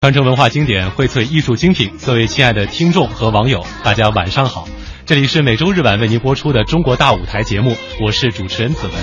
传承文化经典，荟萃艺术精品。各位亲爱的听众和网友，大家晚上好！这里是每周日晚为您播出的《中国大舞台》节目，我是主持人子文。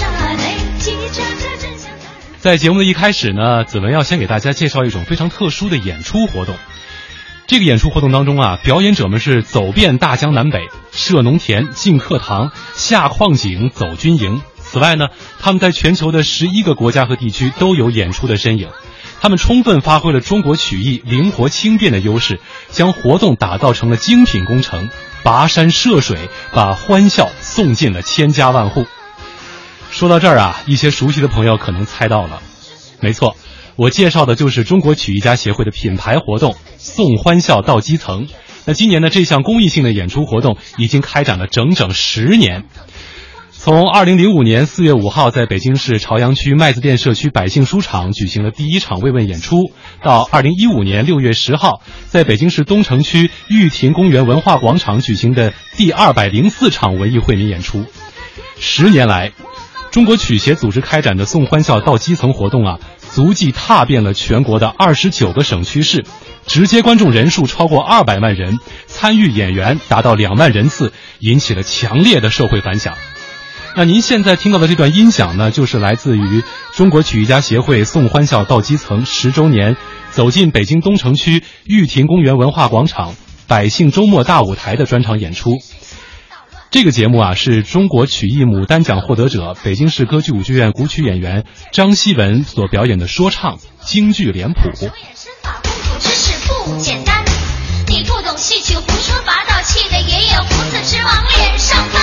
在节目的一开始呢，子文要先给大家介绍一种非常特殊的演出活动。这个演出活动当中啊，表演者们是走遍大江南北，涉农田、进课堂、下矿井、走军营。此外呢，他们在全球的11个国家和地区都有演出的身影。他们充分发挥了中国曲艺灵活轻便的优势，将活动打造成了精品工程，跋山涉水，把欢笑送进了千家万户。说到这儿啊，一些熟悉的朋友可能猜到了，没错，我介绍的就是中国曲艺家协会的品牌活动送欢笑到基层。那今年的这项公益性的演出活动已经开展了整整10年。从2005年4月5号在北京市朝阳区麦子店社区百姓书场举行了第一场慰问演出，到2015年6月10号在北京市东城区玉亭公园文化广场举行的第204场文艺惠民演出。10年来，中国曲协组织开展的送欢笑到基层活动啊，足迹踏遍了全国的29个省区市，直接观众人数超过200万人，参与演员达到2万人次，引起了强烈的社会反响。那您现在听到的这段音响呢，就是来自于中国曲艺家协会送欢笑到基层10周年走进北京东城区玉亭公园文化广场百姓周末大舞台的专场演出。这个节目啊，是中国曲艺牡丹奖获得者北京市歌剧舞剧院古曲演员张希文所表演的说唱京剧脸谱。 知识不简单，你不懂戏曲胡说八道，气得爷爷胡子直往脸上翻。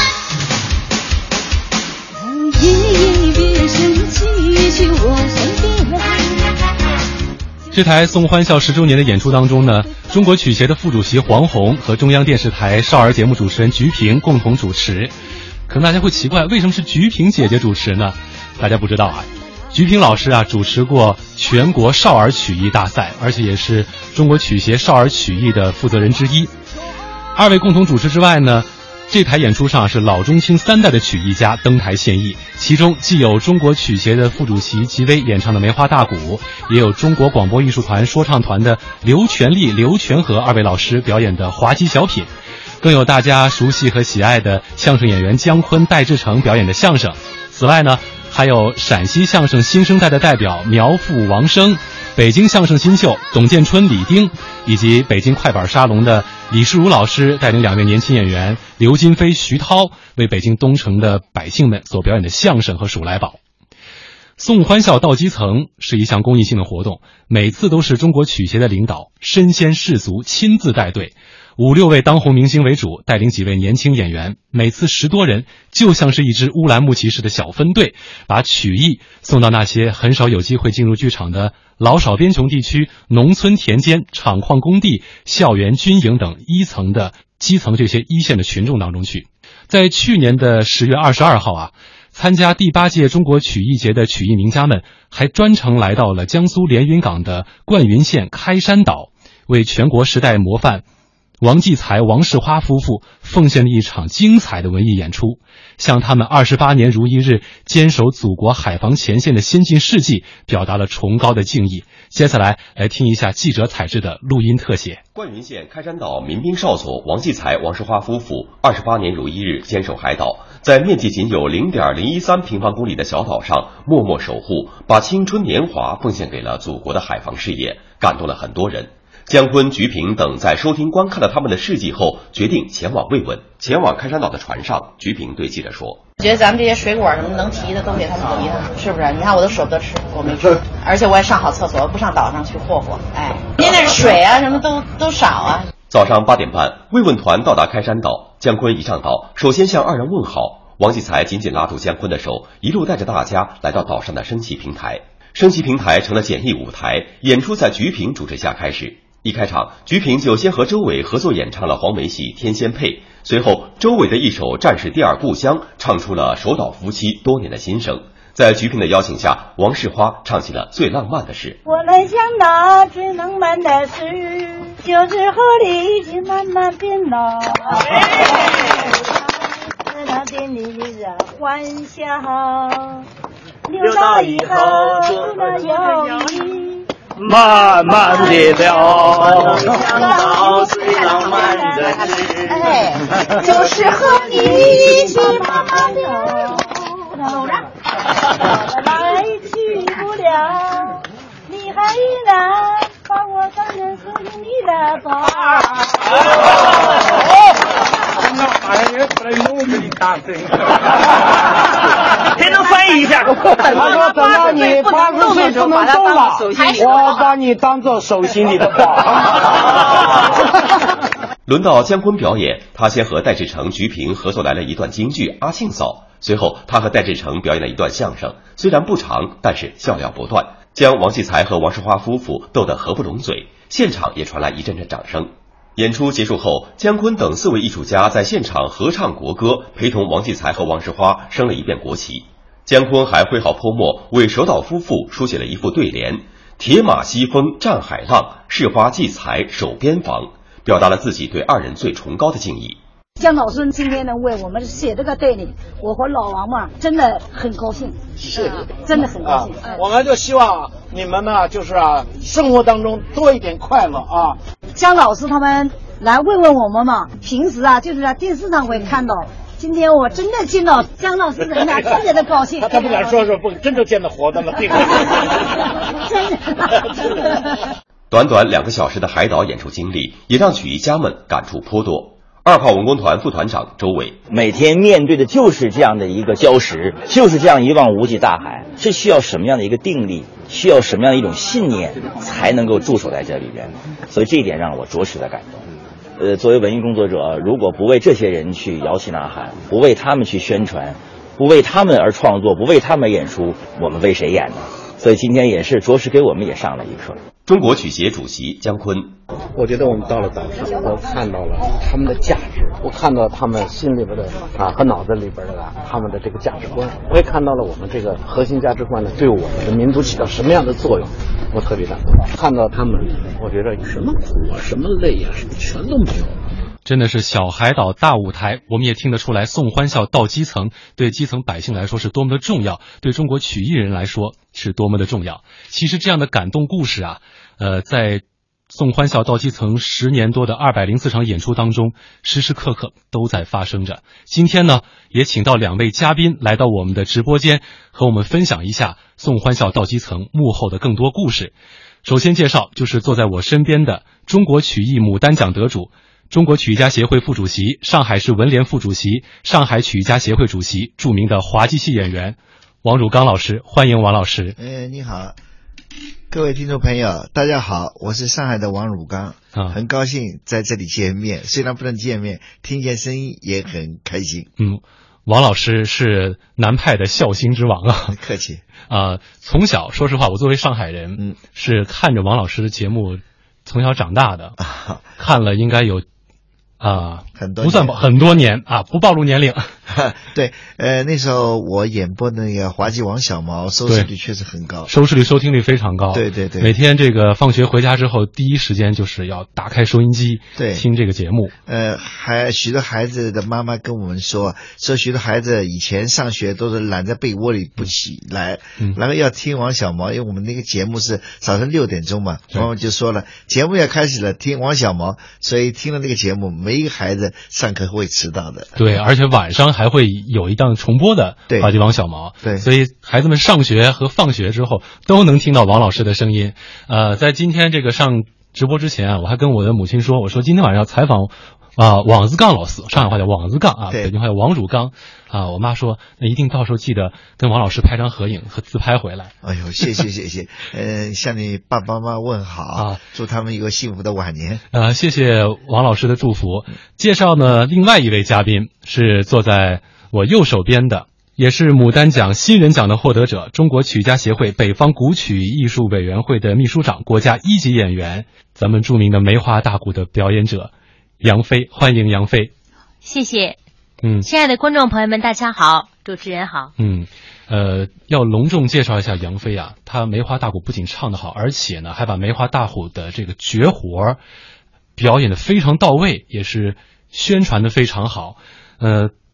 爷爷别生气，去我身边。 这台送欢笑10周年的演出当中呢，中国曲协的副主席黄宏和中央电视台少儿节目主持人菊萍共同主持。可能大家会奇怪，为什么是菊萍姐姐主持呢？大家不知道啊，菊萍老师啊主持过全国少儿曲艺大赛，而且也是中国曲协少儿曲艺的负责人之一。二位共同主持之外呢，这台演出上是老中青3代的曲艺家登台献艺，其中既有中国曲协的副主席吉威演唱的梅花大鼓，也有中国广播艺术团说唱团的刘全利、刘全和2位老师表演的滑稽小品，更有大家熟悉和喜爱的相声演员姜昆、戴志诚表演的相声。此外呢，还有陕西相声新生代的代表苗阜、王声，北京相声新秀董建春、李丁，以及北京快板沙龙的李世儒老师带领2位年轻演员刘金飞、徐涛，为北京东城的百姓们所表演的相声和数来宝。送欢笑到基层是一项公益性的活动，每次都是中国曲协的领导身先士卒亲自带队，5、6位当红明星为主，带领几位年轻演员，每次10多人，就像是一支乌兰牧骑士的小分队，把曲艺送到那些很少有机会进入剧场的老少边穷地区、农村田间、厂矿工地、校园军营等基层这些一线的群众当中去。在去年的10月22号啊，参加第8届中国曲艺节的曲艺名家们还专程来到了江苏连云港的灌云县开山岛，为全国时代模范王继才、王世花夫妇奉献了一场精彩的文艺演出，向他们28年如一日坚守祖国海防前线的先进事迹表达了崇高的敬意。接下来听一下记者采制的录音特写。 灌云县开山岛民兵少佐王继才、王世花夫妇28年如一日坚守海岛，在面积仅有 0.013平方公里的小岛上默默守护，把青春年华奉献给了祖国的海防事业，感动了很多人。姜昆、菊萍等在收听观看了他们的事迹后，决定前往慰问。前往开山岛的船上，菊萍对记者说：“ 我觉得咱们这些水果什么能提的都给他们提的，是不是？你看我都舍不得吃，我没吃，而且我也上好厕所，不上岛上去霍霍。哎，您那水啊什么都少啊。” 早上8点半，慰问团到达开山岛。姜昆一上岛，首先向2人问好。王继才紧紧拉住姜昆的手，一路带着大家来到岛上的升旗平台。升旗平台成了简易舞台，演出在菊萍主持下开始。一开场，菊萍就先和周伟合作演唱了黄梅戏《天仙配》，随后周伟的一首《战士第二故乡》唱出了守岛夫妻多年的心声。在菊萍的邀请下，王世花唱起了最浪漫的事。 我能想到最浪漫的事，就是和你一起慢慢变老。那点你的欢笑，留到以后，除了友谊。 慢慢的了，想到最浪漫的事， 就是和你一起慢慢的走着，来去不了，你还依然把我当成是你的宝。 谁能翻译一下？ 他说等到你80岁不能动了，我把你当做手心里的宝。 轮到姜昆表演，他先和戴志诚、菊萍合作来了一段京剧《阿庆嫂》，随后他和戴志诚表演了一段相声，虽然不长，但是笑料不断，将王继才和王世花夫妇逗得合不拢嘴，现场也传来一阵阵掌声。演出结束后，姜昆等4位艺术家在现场合唱国歌，陪同王继才和王世花升了一遍国旗。姜昆还挥毫泼墨，为守岛夫妇书写了一副对联：铁马西风战海浪，世花继才守边防，表达了自己对2人最崇高的敬意。 姜老孙今天能为我们写这个对联，我和老王嘛真的很高兴， 是真的很高兴。 我们就希望你们呢，就是生活当中多一点快乐啊。 姜老师他们来问问我们嘛，平时就是在电视上会看到，今天我真的见到姜老师人特别的高兴。 他不敢说不，真的见到活的了，真的。 短短2个小时的海岛演出经历，也让曲艺家们感触颇多。2号文工团副团长周伟， 每天面对的就是这样的一个礁石，就是这样一望无际大海，这需要什么样的一个定力，需要什么样的一种信念，才能够驻守在这里边。所以这一点让我着实的感动。作为文艺工作者，如果不为这些人去摇旗呐喊，不为他们去宣传，不为他们而创作，不为他们而演出，我们为谁演呢？所以今天也是着实给我们也上了一课。 中国曲协主席姜昆， 我觉得我们到了岛上，我看到了他们的价值，我看到他们心里边的和脑子里边的他们的这个价值观，我也看到了我们这个核心价值观呢对我们的民族起到什么样的作用，我特别感动。看到他们，我觉得什么苦什么累全都没有。 真的是小海岛大舞台，我们也听得出来送欢笑到基层，对基层百姓来说是多么的重要，对中国曲艺人来说是多么的重要。其实这样的感动故事在送欢笑到基层10年多的204场演出当中，时时刻刻都在发生着。今天呢，也请到2位嘉宾来到我们的直播间，和我们分享一下送欢笑到基层幕后的更多故事。首先介绍就是坐在我身边的中国曲艺牡丹奖得主，中国曲艺家协会副主席，上海市文联副主席，上海曲艺家协会主席，著名的滑稽戏演员王汝刚老师，欢迎王老师。 你好，各位听众朋友，大家好，我是上海的王汝刚，很高兴在这里见面，虽然不能见面，听见声音也很开心。 王老师是南派的笑星之王啊， 客气。 从小说实话，我作为上海人，是看着王老师的节目从小长大的，看了应该有很多不算很多年不暴露年龄。 对，那时候我演播那个滑稽王小毛，收视率确实很高， 收听率非常高。 对对对， 每天这个放学回家之后，第一时间就是要打开收音机， 对， 听这个节目。 还许多孩子的妈妈跟我们说许多孩子以前上学都是懒在被窝里不起来，然后要听王小毛，因为我们那个节目是早上6点钟嘛，妈妈就说了节目要开始了，听王小毛，所以听了那个节目，没一个孩子上课会迟到的。 对，而且晚上还会有一档重播的滑稽王小毛。 对， 所以孩子们上学和放学之后都能听到王老师的声音。在今天这个上直播之前我还跟我的母亲说，我说今天晚上要采访王子刚老师，上海话叫王子刚北京话叫王汝刚我妈说那一定到时候记得跟王老师拍张合影和自拍回来。 哎呦，谢谢向你爸爸妈妈问好祝他们有个幸福的晚年。 谢谢王老师的祝福。介绍呢，另外一位嘉宾是坐在我右手边的，也是牡丹奖新人奖的获得者，中国曲艺家协会北方古曲艺术委员会的秘书长，国家1级演员，咱们著名的梅花大鼓的表演者杨飞，欢迎杨飞。 谢谢。亲爱的观众朋友们，大家好，主持人好。 要隆重介绍一下杨飞他梅花大鼓不仅唱得好，而且呢还把梅花大鼓的这个绝活表演得非常到位，也是宣传得非常好。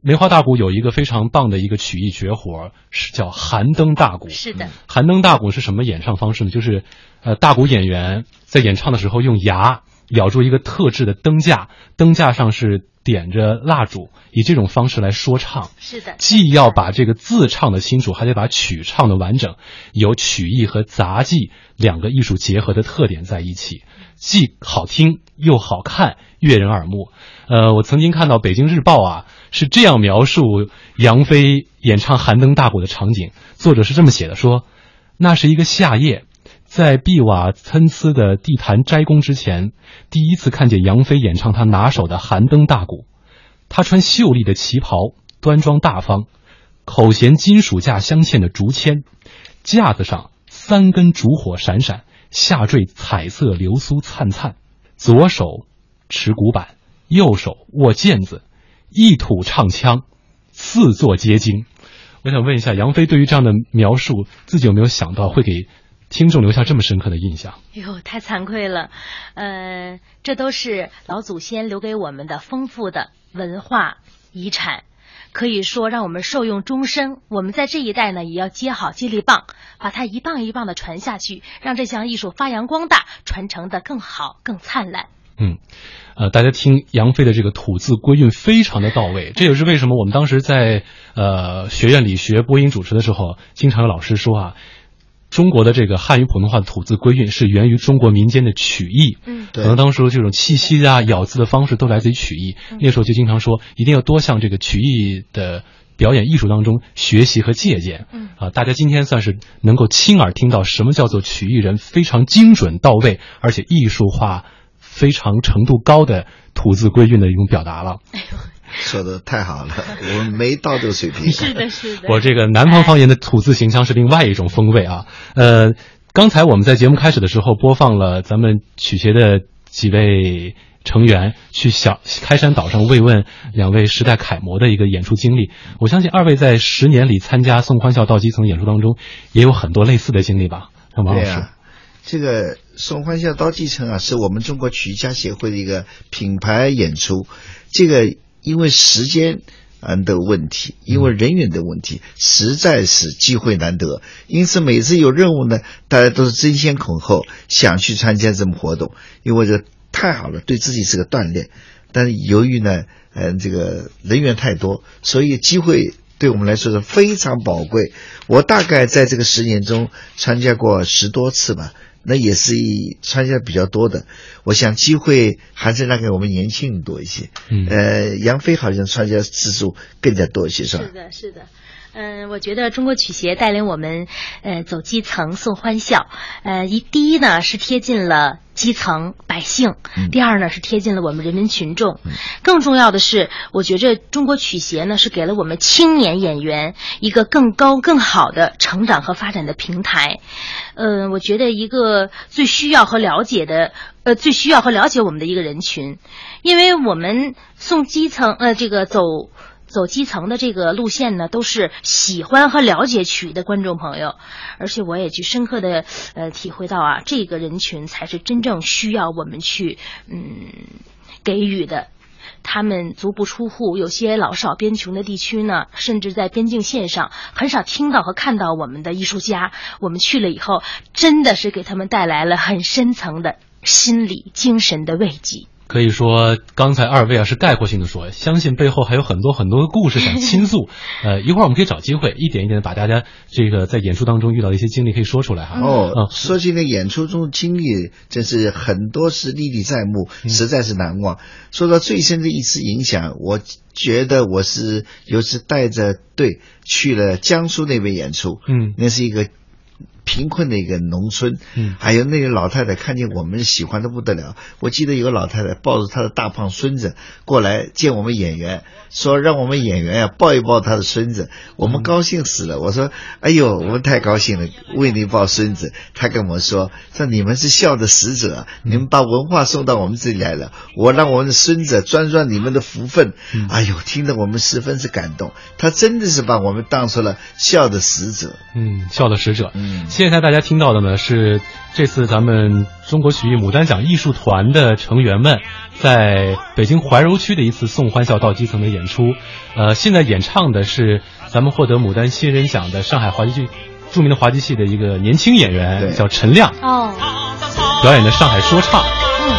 梅花大鼓有一个非常棒的一个曲艺绝活，是叫寒灯大鼓。 是的， 寒灯大鼓是什么演唱方式呢？就是大鼓演员在演唱的时候用牙咬住一个特制的灯架，灯架上是点着蜡烛，以这种方式来说唱。 是的， 既要把这个字唱得清楚，还得把曲唱得完整，有曲艺和杂技两个艺术结合的特点在一起，既好听又好看，悦人耳目。我曾经看到北京日报啊是这样描述杨飞演唱寒灯大鼓的场景，作者是这么写的，说那是一个夏夜，在碧瓦参差的地坛斋宫之前，第一次看见杨飞演唱他拿手的寒灯大鼓。他穿秀丽的旗袍，端庄大方，口衔金属架镶嵌的竹签，架子上3根烛火闪闪，下坠彩色流苏灿灿，左手持鼓板，右手握剑子，一吐唱腔，4座皆惊。我想问一下，杨飞对于这样的描述，自己有没有想到会给听众留下这么深刻的印象？ 哟，太惭愧了，这都是老祖先留给我们的丰富的文化遗产，可以说让我们受用终生。我们在这一代呢，也要接好接力棒，把它一棒一棒的传下去，让这项艺术发扬光大，传承的更好更灿烂。 大家听杨飞的这个吐字归韵非常的到位，这也是为什么我们当时在学院里学播音主持的时候，经常有老师说啊，中国的这个汉语普通话的吐字归韵是源于中国民间的曲艺，可能当时这种气息啊、咬字的方式都来自于曲艺。那时候就经常说，一定要多向这个曲艺的表演艺术当中学习和借鉴。大家今天算是能够亲耳听到什么叫做曲艺人非常精准到位，而且艺术化非常程度高的吐字归韵的一种表达了。 说的太好了，我们没到这个水平。 是的，是的。 我这个南方方言的吐字形象是另外一种风味啊。刚才我们在节目开始的时候播放了咱们曲协的几位成员去开山岛上慰问2位时代楷模的一个演出经历。我相信2位在10年里参加宋欢笑到基层演出当中，也有很多类似的经历吧？王老师。 这个宋欢笑到基层啊，是我们中国曲艺家协会的一个品牌演出。这个因为时间的问题，因为人员的问题，实在是机会难得，因此每次有任务呢，大家都是争先恐后想去参加这么活动，因为这太好了，对自己是个锻炼。但是由于呢这个人员太多，所以机会对我们来说是非常宝贵。我大概在这个10年中参加过10多次吧，那也是参加比较多的。我想机会还是让给我们年轻人多一些。杨飞好像参加次数更加多一些，是吧？ 是的，是的。我觉得中国曲协带领我们走基层送欢笑。第一呢是贴近了基层百姓，第二呢是贴近了我们人民群众。更重要的是，我觉着中国曲协呢是给了我们青年演员一个更高更好的成长和发展的平台。我觉得一个最需要和了解我们的一个人群，因为我们送基层这个走基层的这个路线呢，都是喜欢和了解曲艺的观众朋友，而且我也去深刻的体会到啊，这个人群才是真正需要我们去给予的。他们足不出户，有些老少边穷的地区呢，甚至在边境线上很少听到和看到我们的艺术家。我们去了以后，真的是给他们带来了很深层的心理精神的慰藉。 可以说刚才2位是概括性的说，相信背后还有很多很多的故事想倾诉。一会儿我们可以找机会一点一点把大家这个在演出当中遇到的一些经历可以说出来哈。 说起那演出中的经历，真是很多是历历在目，实在是难忘。说到最深的一次影响，我觉得我是有次带着队去了江苏那边演出，那是一个贫困的一个农村，还有那个老太太看见我们喜欢的不得了。我记得有个老太太抱着她的大胖孙子过来见我们演员，说让我们演员抱一抱她的孙子。我们高兴死了，我说哎呦，我们太高兴了，为你抱孙子。她跟我说你们是笑的使者，你们把文化送到我们这里来了，我让我们的孙子专你们的福分。哎呦，听得我们十分是感动。她真的是把我们当成了笑的使者。 笑的使者。 现在大家听到的呢是这次咱们中国曲艺牡丹奖艺术团的成员们在北京怀柔区的一次送欢笑到基层的演出。现在演唱的是咱们获得牡丹新人奖的上海滑稽剧著名的滑稽戏的一个年轻演员，叫陈亮，表演的上海说唱。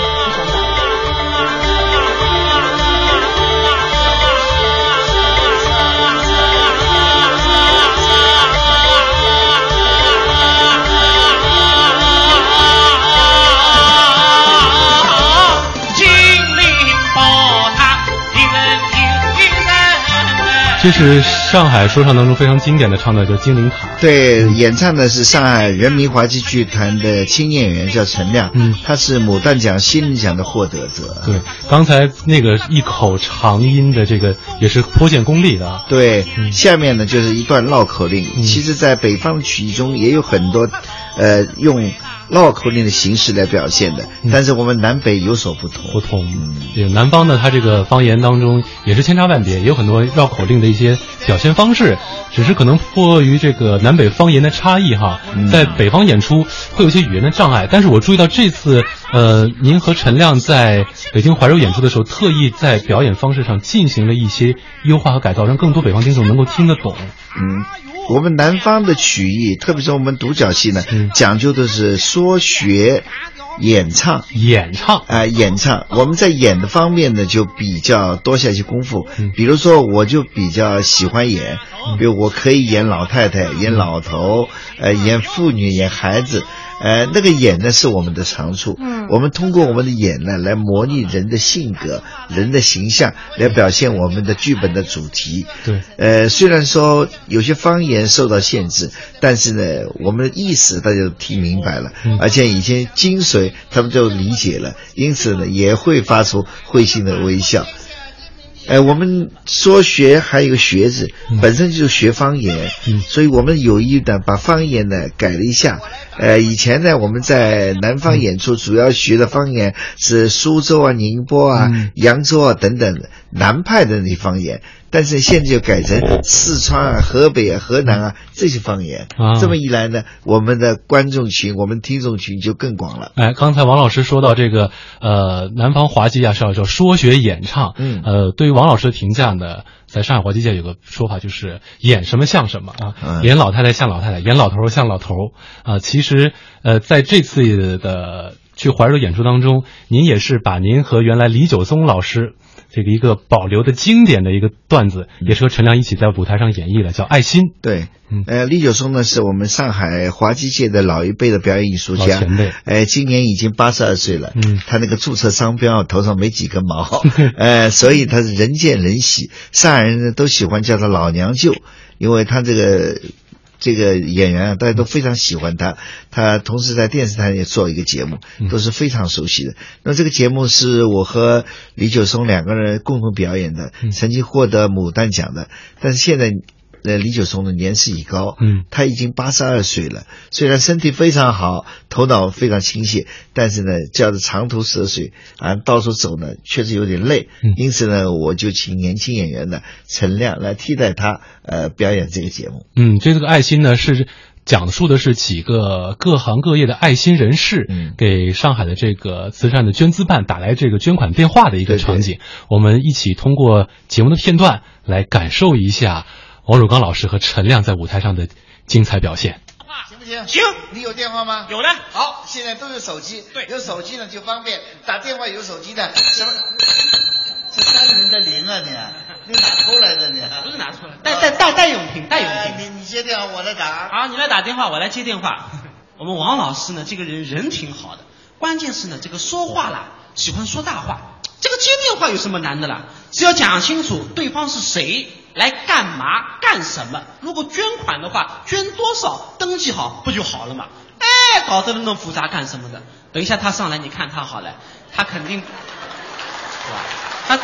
这是上海说唱当中非常经典的唱段，叫《精灵塔》。 对，演唱的是上海人民滑稽剧团的青演员，叫陈亮。他是牡丹奖新人奖的获得者。 对，刚才那个一口长音的这个也是颇见功力的。 对，下面呢就是一段绕口令。其实，在北方的曲艺中也有很多，用绕口令的形式来表现的，但是我们南北有所不同。 南方呢，它这个方言当中也是千差万别，也有很多绕口令的一些表现方式，只是可能迫于这个南北方言的差异哈，在北方演出会有一些语言的障碍。但是我注意到这次，您和陈亮在北京怀柔演出的时候，特意在表演方式上进行了一些优化和改造，让更多北方听众能够听得懂。 我们南方的曲艺，特别是我们独角戏呢，讲究的是说学演唱。演唱，我们在演的方面呢，就比较多下一些功夫。比如说，我就比较喜欢演，比如我可以演老太太，演老头，演妇女，演孩子。那个演呢是我们的长处。我们通过我们的演呢，来模拟人的性格、人的形象，来表现我们的剧本的主题。 对， 虽然说有些方言受到限制，但是呢，我们的意思大家都听明白了，而且已经精髓他们就理解了，因此呢，也会发出会心的微笑。我们说学还有一个学字，本身就是学方言，所以我们有意的把方言呢改了一下。以前呢我们在南方演出主要学的方言是苏州啊、宁波啊、扬州啊等等南派的那方言，但是现在就改成四川啊、河北啊、河南啊这些方言。这么一来呢，我们的观众群、我们听众群就更广了。 刚才王老师说到这个南方滑稽啊是要叫说学演唱。对于王老师的评价呢，在上海滑稽界有个说法，就是演什么像什么啊，演老太太像老太太，演老头像老头啊。其实在这次的去怀柔演出当中，您也是把您和原来李九松老师这个一个保留的经典的一个段子，也是和陈亮一起在舞台上演绎的，叫《爱心》。 对，李九松呢是我们上海滑稽界的老一辈的表演艺术家， 老前辈。 今年已经82岁了。他那个注册商标头上没几根毛，所以他是人见人喜，上海人呢都喜欢叫他老娘舅，因为他这个演员啊，大家都非常喜欢他。他同时在电视台也做一个节目，都是非常熟悉的。那这个节目是我和李九松两个人共同表演的，曾经获得牡丹奖的。但是现在李九松的年事已高，他已经82岁了，虽然身体非常好，头脑非常清晰，但是呢，叫着长途涉水啊，到处走呢，确实有点累。因此呢，我就请年轻演员呢陈亮来替代他表演这个节目。 这个爱心呢是讲述的是几个各行各业的爱心人士给上海的这个慈善的捐资办打来这个捐款电话的一个场景。我们一起通过节目的片段来感受一下王汝刚老师和陈亮在舞台上的精彩表现。 行不行？ 行。 你有电话吗？ 有的。 好，现在都有手机。 对， 有手机呢就方便，打电话有手机的。什么？这3人的铃啊你哪偷来的你？ 不是拿错了，戴永平。 你接电话，我来打。 好，你来打电话，我来接电话。我们王老师呢，这个人挺好的，关键是呢，这个说话啦，喜欢说大话。这个接电话有什么难的啦？只要讲清楚对方是谁，来干嘛干什么。如果捐款的话，捐多少登记好不就好了嘛？搞得那么复杂干什么的？等一下他上来，你看他好了，他肯定，是吧？他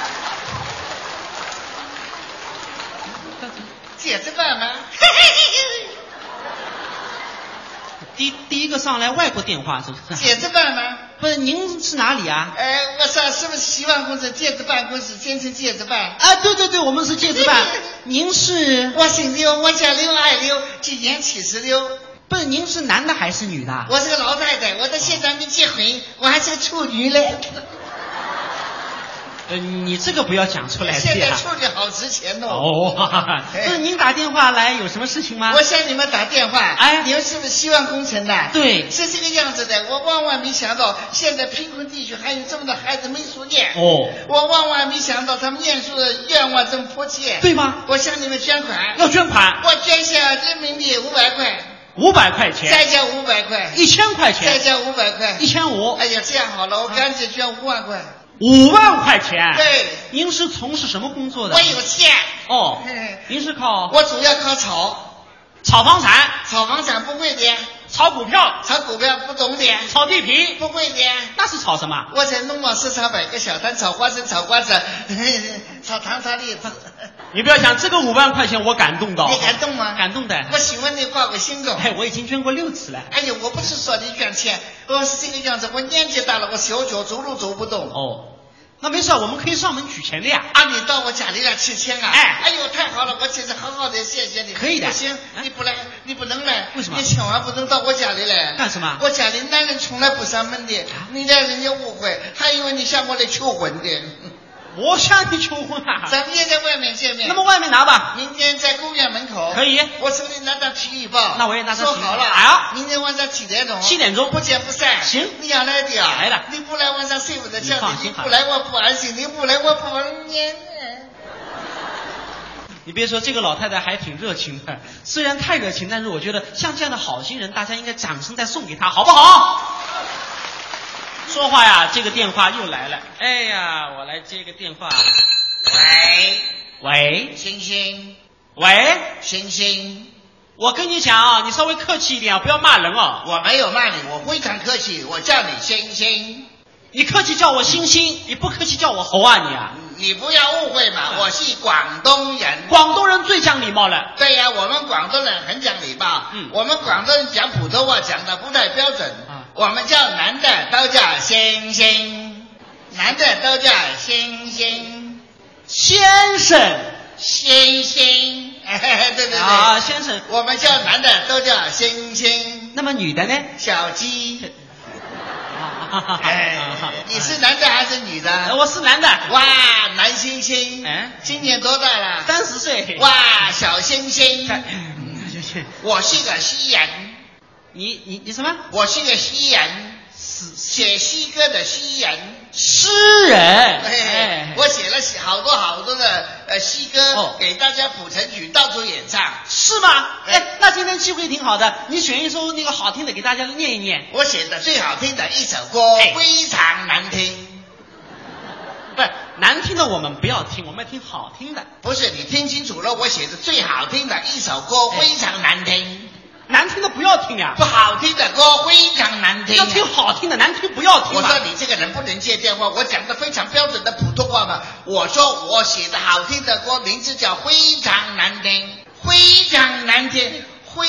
接着办吗？ 第一个上来外国电话是不是？ 接着办吗？ 不是，您是哪里啊？ 我是不是希望公司戒指办公室简称戒指办？ 对，我们是戒指办。您是？ 我姓刘，我叫刘爱刘，今年76。 不是，您是男的还是女的？ 我是个老太太，我到现在没结婚，我还是个处女嘞。 你这个不要讲出来。 现在处女好值钱哦。 哦，不是您打电话来有什么事情吗？ 我向你们打电话， 哎， 你们是不是希望工程的？ 对， 是这个样子的。我万万没想到，现在贫困地区还有这么多孩子没书念。 哦， 我万万没想到他们念书的愿望这么迫切， 对吗？ 我向你们捐款。 要捐款？ 我捐下人民币500块。 500块钱， 再加500块 ，1000块钱， 再加500块 ，1500。 哎呀，这样好了，我干脆捐5万块。 5万块钱？ 对。 您是从事什么工作的？ 我有钱。 哦，您是靠？ 我主要靠炒房产。 炒房产不会的。 炒股票？ 炒股票不懂的。 炒地皮？ 不会的。 那是炒什么？ 我在农贸市场摆个小摊，炒花生、炒瓜子、炒糖、炒栗子。 你不要想这个5万块钱，我感动到。 你感动吗？ 感动的。 我喜欢你挂个心中。 哎，我已经捐过6次了。 哎呦，我不是说你捐钱，我是这个样子。我年纪大了，我小脚走路走不动。 哦，那没事，我们可以上门取钱的呀。 啊，你到我家里来取钱啊？哎呦，太好了，我真是好好的，谢谢你。 可以的。 不行，你不来，你不能来。 为什么？ 你千万不能到我家里来。 干什么？ 我家里男人从来不上门的，你来人家误会，还以为你向我来求婚的。 我向你求婚啊！ 咱们也在外面见面。 那么外面拿吧。 明天在公园门口。 可以。 我手里拿张体育报。 那我也拿张体育报。 说好了啊！ 明天晚上7点钟。 7点钟不见不散。 行， 你要来的呀？ 来了。 你不来晚上睡不着觉的。 你不来我不安心，你不来我不安心。 你别说，这个老太太还挺热情的，虽然太热情，但是我觉得像这样的好心人，大家应该掌声再送给她，好不好？说话呀，这个电话又来了。哎呀，我来接个电话。喂， 星星。 喂， 星星。 我跟你讲啊，你稍微客气一点啊，不要骂人啊。 我没有骂你，我非常客气，我叫你星星。 你客气叫我星星，你不客气叫我猴啊你啊！ 你不要误会嘛，我是广东人。 广东人最讲礼貌了。 对呀，我们广东人很讲礼貌。我们广东人讲普通话讲的不太标准。我们叫男的都叫星星，男的都叫星星， 先生， 星星。对对啊，先生， 我们叫男的都叫星星。 那么女的呢？ 小鸡。你是男的还是女的？ 我是男的。 哇，男星星。今年多大了 ？30岁。 哇，小星星。我是个诗人。 你什么？ 我是个诗人，写诗歌的诗人。 诗人。 我写了好多的诗歌，给大家谱成曲，到处演唱。 是吗？那今天机会挺好的，你选一首那个好听的给大家念一念。 我写的最好听的一首歌，非常难听。 不是难听的我们不要听，我们要听好听的。 不是，你听清楚了，我写的最好听的一首歌，非常难听。 难听的不要听呀， 不好听的歌非常难听。 要听好听的，难听不要听。 我说你这个人不能接电话，我讲的非常标准的普通话嘛。我说我写的好听的歌名字叫非常难听，非常难听，非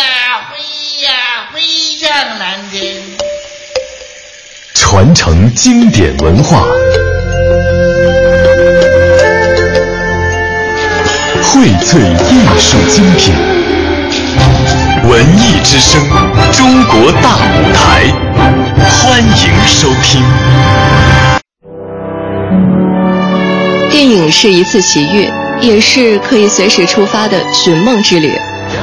常难听。 传承经典文化，荟萃艺术精品。文艺之声，中国大舞台，欢迎收听。 电影是一次奇遇，也是可以随时出发的寻梦之旅。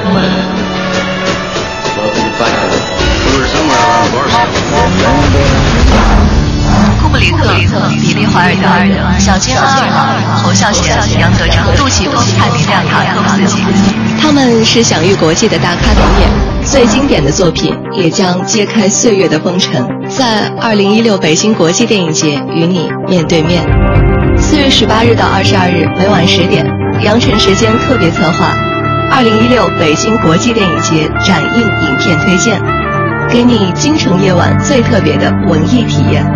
库布里克、比利·怀尔德、小金·赫尔、侯孝贤、杨德昌、杜琪峰、蔡明亮、塔可夫斯基， 他们是享誉国际的大咖导演，最经典的作品也将揭开岁月的风尘，在2016北京国际电影节与你面对面。4月18日到22日每晚10点，羊城时间特别策划2016北京国际电影节展映影片推荐，给你京城夜晚最特别的文艺体验。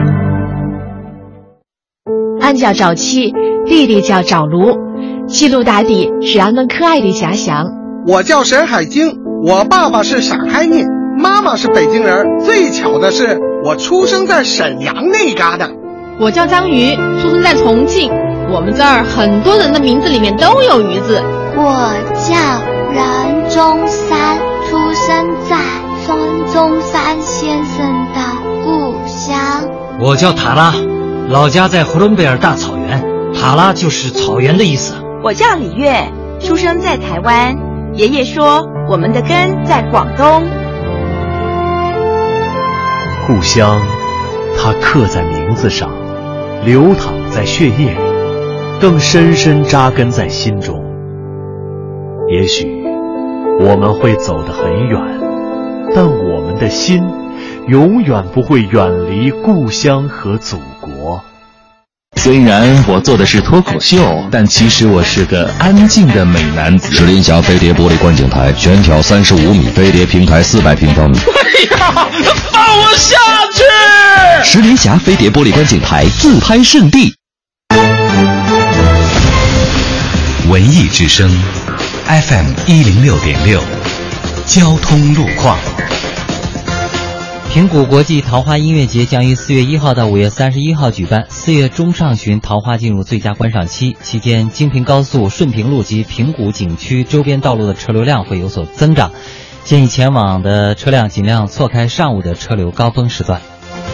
俺叫赵琪，弟弟叫赵璐，齐鲁大地是俺们可爱的家乡。 我叫沈海晶，我爸爸是上海人，妈妈是北京人。最巧的是，我出生在沈阳那一旮瘩。 我叫张瑜，出生在重庆。我们这儿很多人的名字里面都有鱼字。 我叫任中山， 出生在孙中山先生的故乡。 我叫塔拉，老家在呼伦贝尔大草原，塔拉就是草原的意思。 我叫李月，出生在台湾，爷爷说我们的根在广东。 故乡，它刻在名字上，流淌在血液里，更深深扎根在心中。也许我们会走得很远，但我们的心永远不会远离故乡和祖国。 虽然我做的是脱口秀，但其实我是个安静的美男子。 石林峡飞碟玻璃观景台，全条35米，飞碟平台400平方米。 哎呀，放我下去！ 石林峡飞碟玻璃观景台自拍圣地。 文艺之声 FM 106.6，交通路况。 平谷国际桃花音乐节将于4月1号到5月31号举办，4月中上旬桃花进入最佳观赏期，期间京平高速、顺平路及平谷景区周边道路的车流量会有所增长，建议前往的车辆尽量错开上午的车流高峰时段。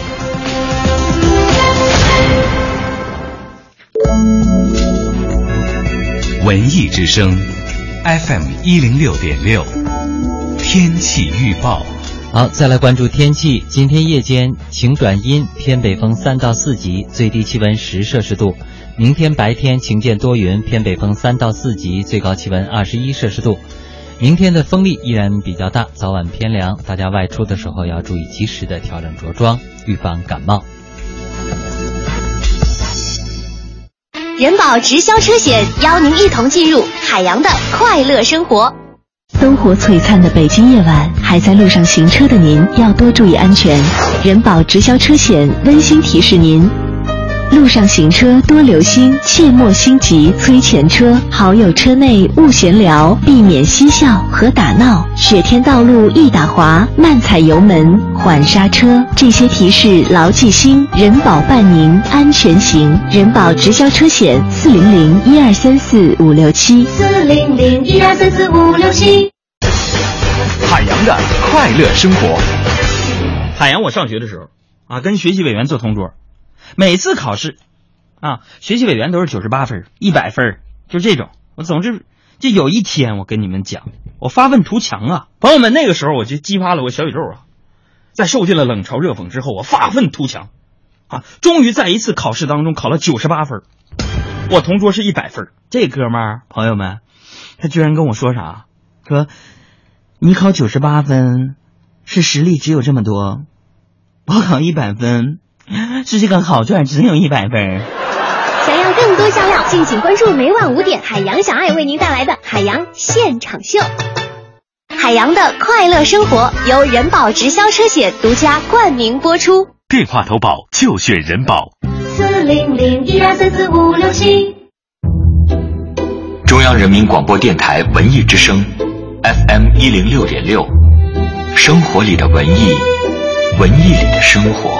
文艺之声 FM 106.6，天气预报。 好，再来关注天气。今天夜间晴转阴，偏北风3到4级，最低气温10摄氏度。明天白天晴间多云，偏北风3到4级，最高气温21摄氏度。明天的风力依然比较大，早晚偏凉，大家外出的时候要注意及时的调整着装，预防感冒。 人保直销车险邀您一同进入海洋的快乐生活。 灯火璀璨的北京夜晚，还在路上行车的您要多注意安全。人保直销车险温馨提示您：路上行车多留心，切莫心急催前车，好友车内勿闲聊，避免嬉笑和打闹。雪天道路易打滑，慢踩油门，缓刹车。这些提示牢记心，人保伴您安全行。人保直销车险400-1234-567，400-1234-567。 海洋的快乐生活。海洋，我上学的时候啊，跟学习委员做同桌。每次考试啊，学习委员都是98分、100分，就这种。我总之就有一天，我跟你们讲，我发问图强啊，朋友们，那个时候我就激发了我小宇宙啊。在受尽了冷嘲热讽之后，我发愤图强啊，终于在一次考试当中考了98分。我同桌是100分，这哥们儿朋友们，他居然跟我说啥？说你考98分是实力只有这么多，我考100分。是这个考卷只有100分。 想要更多笑料，敬请关注每晚5点海洋小爱为您带来的海洋现场秀。海洋的快乐生活由人保直销车险独家冠名播出。 电话投保就选人保。 400-1234-567。 中央人民广播电台文艺之声 FM 106.6，生活里的文艺，文艺里的生活。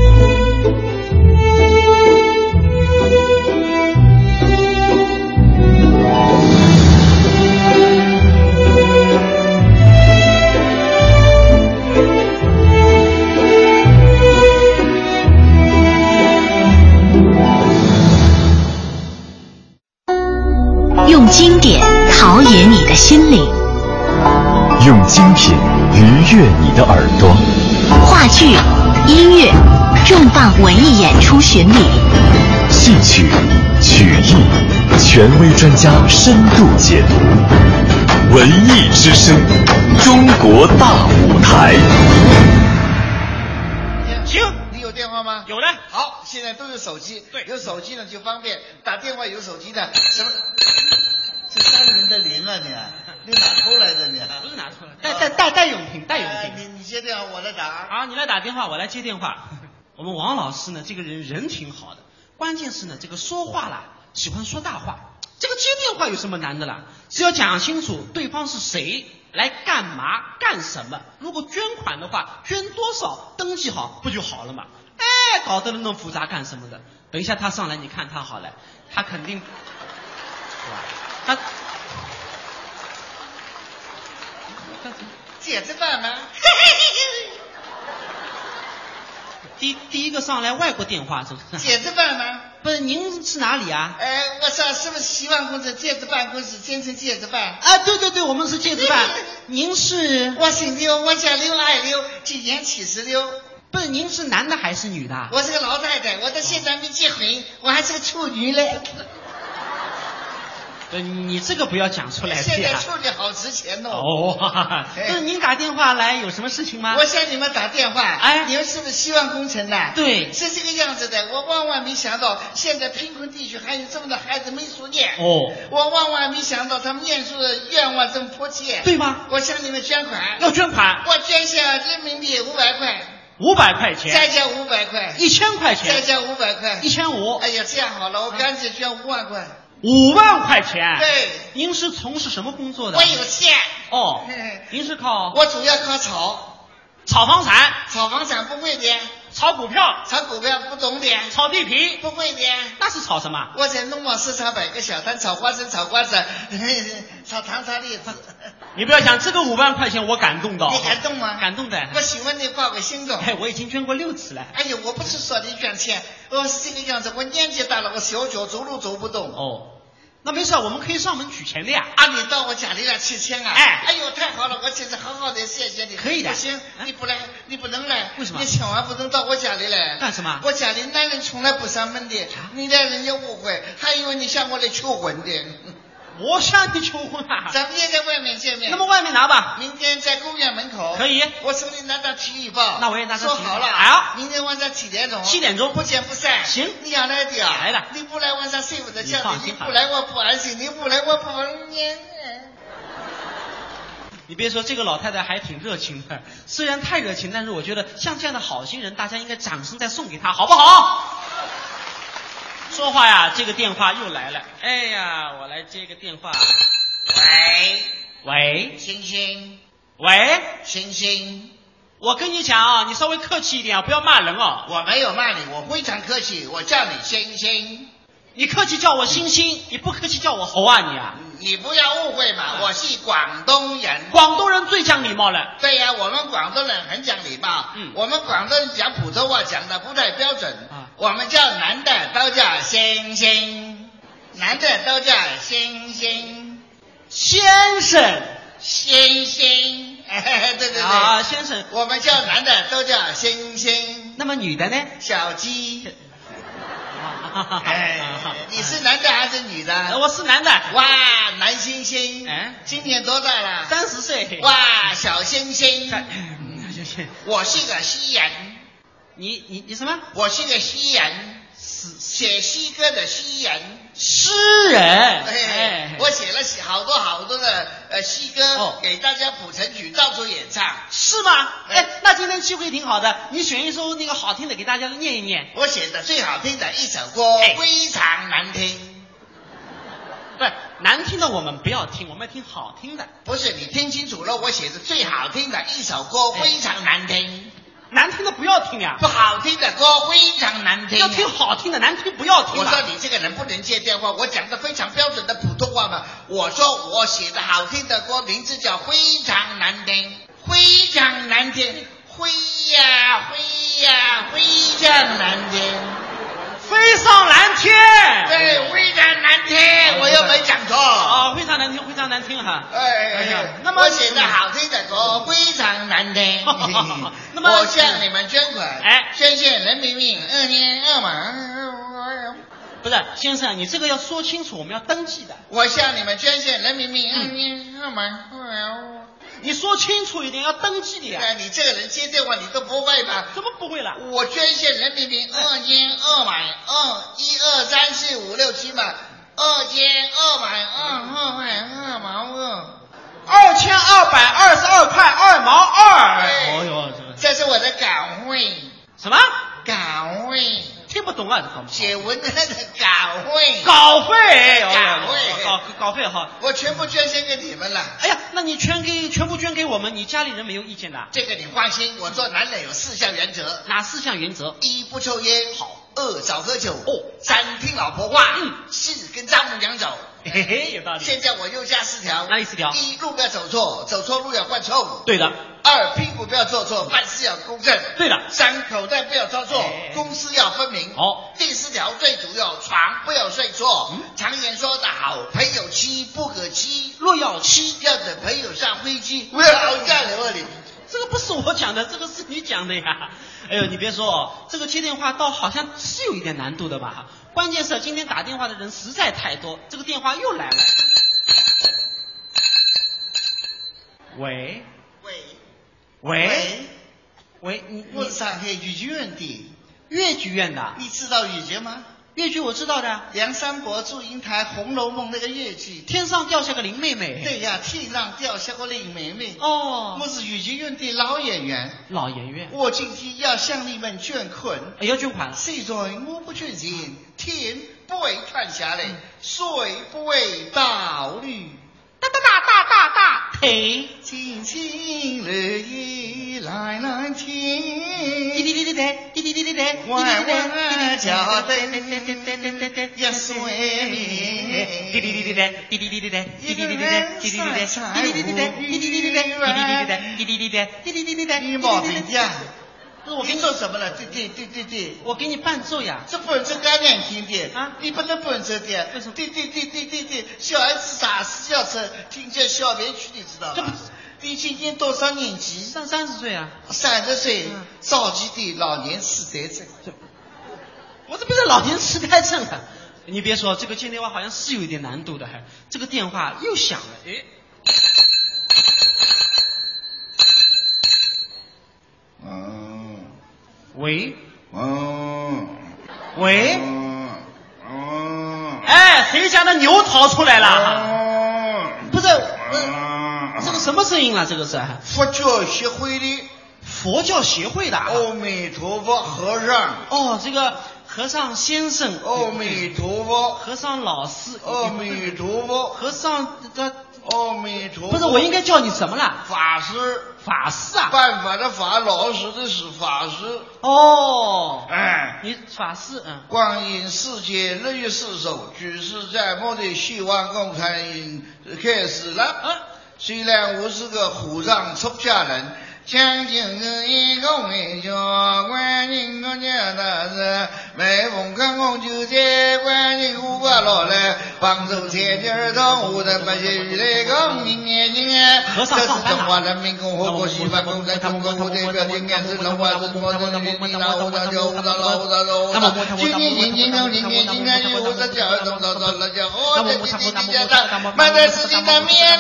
用经典陶冶你的心灵， 用精品愉悦你的耳朵。 话剧、音乐、重磅文艺演出巡礼， 戏曲、曲艺，权威专家深度解读。文艺之声，中国大舞台。 行，你有电话吗？ 有的。 好，现在都有手机，对，有手机呢就方便打电话，有手机的什么？这3人的铃啊你哪偷来的你？ 不是拿出来，带永平，带永平。 你接电话，我来打。 好，你来打电话，我来接电话。我们王老师呢，这个人挺好的，关键是呢，这个说话啦，喜欢说大话。这个接电话有什么难的啦？只要讲清楚对方是谁，来干嘛干什么。如果捐款的话，捐多少，登记好不就好了嘛？哎，搞得那么复杂干什么的？等一下他上来，你看他好了，他肯定，他戒指办吗？ 第一个上来外国电话，是不是？ 戒指办吗？ 不是，您是哪里啊？ 我说是不是希望公司戒指办公室简称戒指办？ 啊，对，我们是戒指办。您是？ 我姓刘，我叫刘爱刘，今年76。 不是，您是男的还是女的？ 我是个老太太，我到现在没结婚，我还是个处女嘞。 你这个不要讲出来。 现在处女好值钱哦。 不是，您打电话来有什么事情吗？ 我向你们打电话。你们是不是希望工程的？ 对， 是这个样子的。我万万没想到，现在贫困地区还有这么多孩子没书念。我万万没想到他们念书的愿望这么迫切。 对吗？ 我向你们捐款。 要捐款？ 我捐下人民币500块。 500块钱， 再加500块 ，1000块钱， 再加500块 ，1500。 哎呀，这样好了，我干脆捐5万块。 5万块钱？ 对。 您是从事什么工作的？ 我有钱。 您是靠？ 我主要靠炒房产。 炒房产不会的。 炒股票？ 炒股票不懂的。 炒地皮？ 不会的。 那是炒什么？ 我在农贸市场摆个小摊，炒花生、炒瓜子、炒糖、炒栗子。 你不要想这个5万块钱，我感动到。 你感动吗？ 感动的。 我喜欢你报个心动。 我已经捐过6次了。 哎呦，我不是说你捐钱，我是这个样子，我年纪大了，我小脚走路走不动。 那没事，我们可以上门取钱的呀。 你到我家里来取钱啊？哎呦，太好了，我真是好好的，谢谢你。 可以的。 不行，你不来，你不能来。 为什么？ 你千万不能到我家里来。 干什么？ 我家里男人从来不上门的，你来人家误会，还以为你向我来求婚的。 我向你求婚啊！ 咱们也在外面见面。 那么外面拿吧。 明天在公园门口。 可以。 我手里拿张体育报。 那我也拿张体育报。 说好了。 哎呀， 明天晚上7点钟。 7点钟不见不散。 行， 你要来的啊？ 来的。 你不来晚上睡不着觉的。你不来我不安心，你不来我不安心。 你别说，这个老太太还挺热情的，虽然太热情，但是我觉得像这样的好心人，大家应该掌声再送给她，好不好？说话呀，这个电话又来了。哎呀，我来接个电话。喂， 星星。 喂， 星星。 我跟你讲啊，你稍微客气一点啊，不要骂人啊。 我没有骂你，我非常客气，我叫你星星。 你客气叫我星星，你不客气叫我猴啊你啊！ 你不要误会嘛，我是广东人。 广东人最讲礼貌了。 对呀，我们广东人很讲礼貌。我们广东人讲普通话讲的不太标准。我们叫男的都叫星星，男的都叫星星， 先生， 星星。对啊，先生， 我们叫男的都叫星星。 那么女的呢？ 小鸡。你是男的还是女的？ 我是男的。 哇，男星星。今年多大了 ？30岁。 哇，小星星。我是个诗人。 你什么？ 我是个诗人，写诗歌的诗人。 诗人。 我写了好多的诗歌，给大家谱成曲，到处演唱。 是吗？那今天机会挺好的，你选一首那个好听的给大家念一念。 我写的最好听的一首歌，非常难听。 不，难听的我们不要听，我们要听好听的。 不是，你听清楚了，我写的最好听的一首歌，非常难听。 难听的不要听呀， 不好听的歌非常难听。 要听好听的，难听不要听。 我说你这个人不能接电话，我讲的非常标准的普通话嘛。我说我写的好听的歌名字叫非常难听，非常难听，非常难听， 飞上蓝天。 对，非常难听，我又没讲错。 非常难听，非常难听哈。 那么我写的好听的歌非常难听。那么我向你们捐款，捐献人民币2年2毛。 不是，先生，你这个要说清楚，我们要登记的。 我向你们捐献人民币2年2毛。 你说清楚一点，要登记的呀。 你这个人接电话你都不会吧？ 怎么不会了？ 我捐献人民币2年2毛，1、2、3、4、5、6、7嘛，2千2百2毛 ，2222块2毛2。哦呦， 这是我的稿费。 什么？ 稿费。 听不懂啊， 写文案的稿费。 稿费好， 我全部捐献给你们了。 哎呀，那你全部捐给我们，你家里人没有意见的？ 这个你放心，我做男人有4项原则。 哪4项原则？ 1不抽烟， 好； 2少喝酒，3听老婆话，4 是跟丈母娘走。 嘿嘿，有道理。 现在我又加4条。 哪里4条？ 一，路不要走错，走错路要换错误。 对的。 2，屁股不要坐错，办事要公正。 对的。 3，口袋不要装错，公司要分明。 好。 第4条最主要，床不要睡错。常言说得好，朋友妻不可欺， 若要妻， 要等朋友上飞机，不要熬价留你。 这个不是我讲的，这个是你讲的呀。哎呦，你别说，这个接电话倒好像是有一点难度的吧？关键是今天打电话的人实在太多，这个电话又来了。喂， 我是上海豫剧院的。 越剧院的？ 你知道豫剧吗？ 越剧我知道的， 梁山伯祝英台《红楼梦》那个越剧， 天上掉下个林妹妹。 对呀，天上掉下个林妹妹。 哦， 我是豫剧院的老演员。 老演员， 我今天要向你们捐款。 要捐款？ 谁在我不捐钱，天不会塌下来，水不会倒流。 大，嘿， 轻轻日夜来天， 滴， 弯弯脚蹬一岁，你毛病呀！我给你做什么了？对， 我给你伴奏呀。 这伴奏该难听的啊！你不能伴奏的。为什么？对，小孩子啥事要吃，听见小别曲，你知道吗？你今年多少年纪？ 上30岁啊。 30岁，早期的老年痴呆症。 我这不是老年痴呆症了。你别说，这个接电话好像是有一点难度的。这个电话又响了，哎。喂，哎，谁家的牛逃出来了？不是，这个什么声音啊？这个是佛教协会的。 佛教协会的。 阿弥陀佛，和尚。 哦，这个和尚先生。 阿弥陀佛。 和尚老师。 阿弥陀佛。 和尚的。 阿弥陀佛。 不是，我应该叫你什么了？ 法师。 法师啊？ 办法的法，老师的是法师。 哦， 哎， 你法师。 光阴似箭，日月厮守，举世在目的希望共产开始了。虽然我是个虎杖出家人，将近是一公一家，关心国家大事，每逢开工就在关心胡瓜老来，帮助天地儿童，无人百姓与来共迎年今年。这是中华人民共和国西方共产中国国代表应该是中华中国人民共和国的就到了，今年今年有今年今年有这叫东到了叫我的今年今年的，买的是你的面。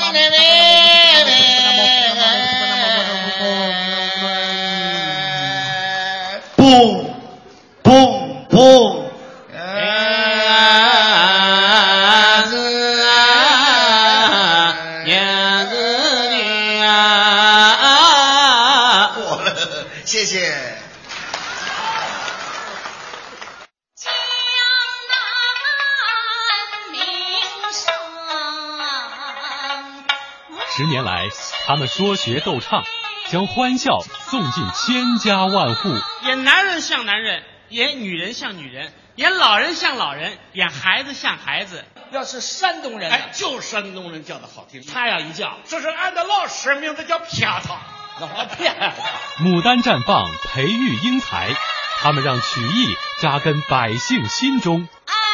嘣嘣嘣！ 谢谢。 10年来，他们说学逗唱，将欢笑送进千家万户。 演男人像男人，演女人像女人，演老人像老人，演孩子像孩子。 要是山东人， 就山东人叫的好听。 他要一叫， 这是俺的老师，名字叫撇他。 牡丹绽放，培育英才，他们让曲艺扎根百姓心中。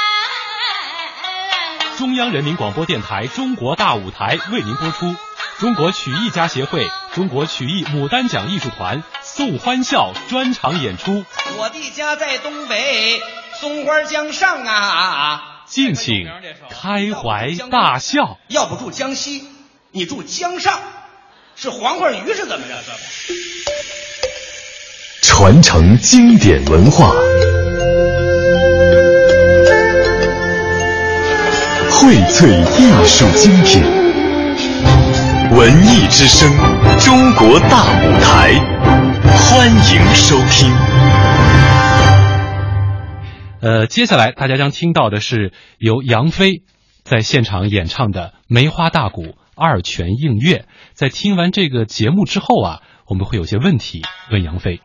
中央人民广播电台中国大舞台为您播出中国曲艺家协会中国曲艺牡丹奖艺术团送欢笑专场演出。 我的家在东北，松花江上啊， 敬请开怀大笑。 要不住江西，你住江上，是黄花鱼是怎么着？ 传承经典文化，荟萃艺术精品，文艺之声，中国大舞台，欢迎收听。 接下来大家将听到的是由杨飞在现场演唱的梅花大鼓二泉映月。在听完这个节目之后啊，我们会有些问题问杨飞。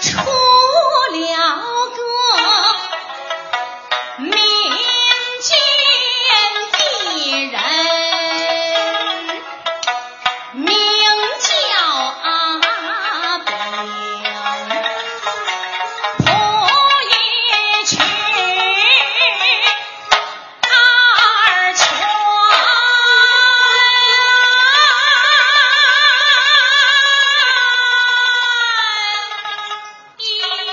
出了个民间的人，名叫阿炳，婆一去二全。一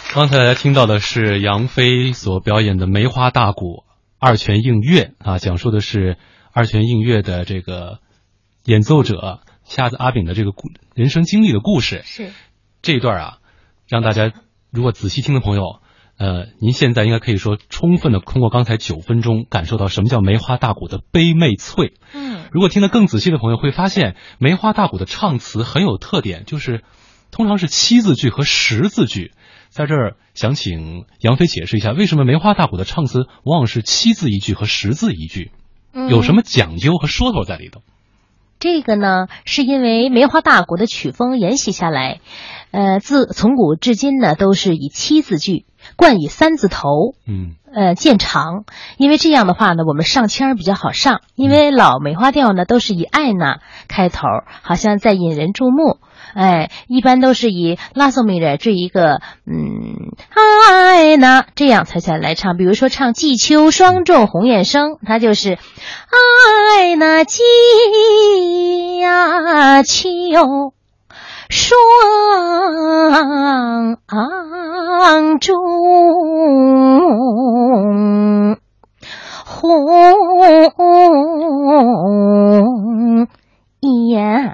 刚才大家听到的是杨飞所表演的梅花大鼓二泉映月啊，讲述的是二泉映月的这个演奏者瞎子阿炳的这个人生经历的故事。 是这一段啊，让大家如果仔细听的朋友，您现在应该可以说充分的通过刚才9分钟感受到什么叫梅花大鼓的悲媚脆。如果听得更仔细的朋友会发现，梅花大鼓的唱词很有特点，就是通常是7字句和10字句。在这儿想请杨飞解释一下，为什么梅花大鼓的唱词往往是7字一句和10字一句，有什么讲究和说头在里头？ 这个呢，是因为梅花大鼓的曲风沿袭下来，自从古至今呢，都是以7字句，冠以3字头，见长。因为这样的话呢，我们上腔比较好上。因为老梅花调呢，都是以艾娜开头，好像在引人注目。一般都是以拉索米勒这一个艾娜这样才来唱。比如说唱季秋双重鸿雁声，它就是艾娜季呀秋双重鸿雁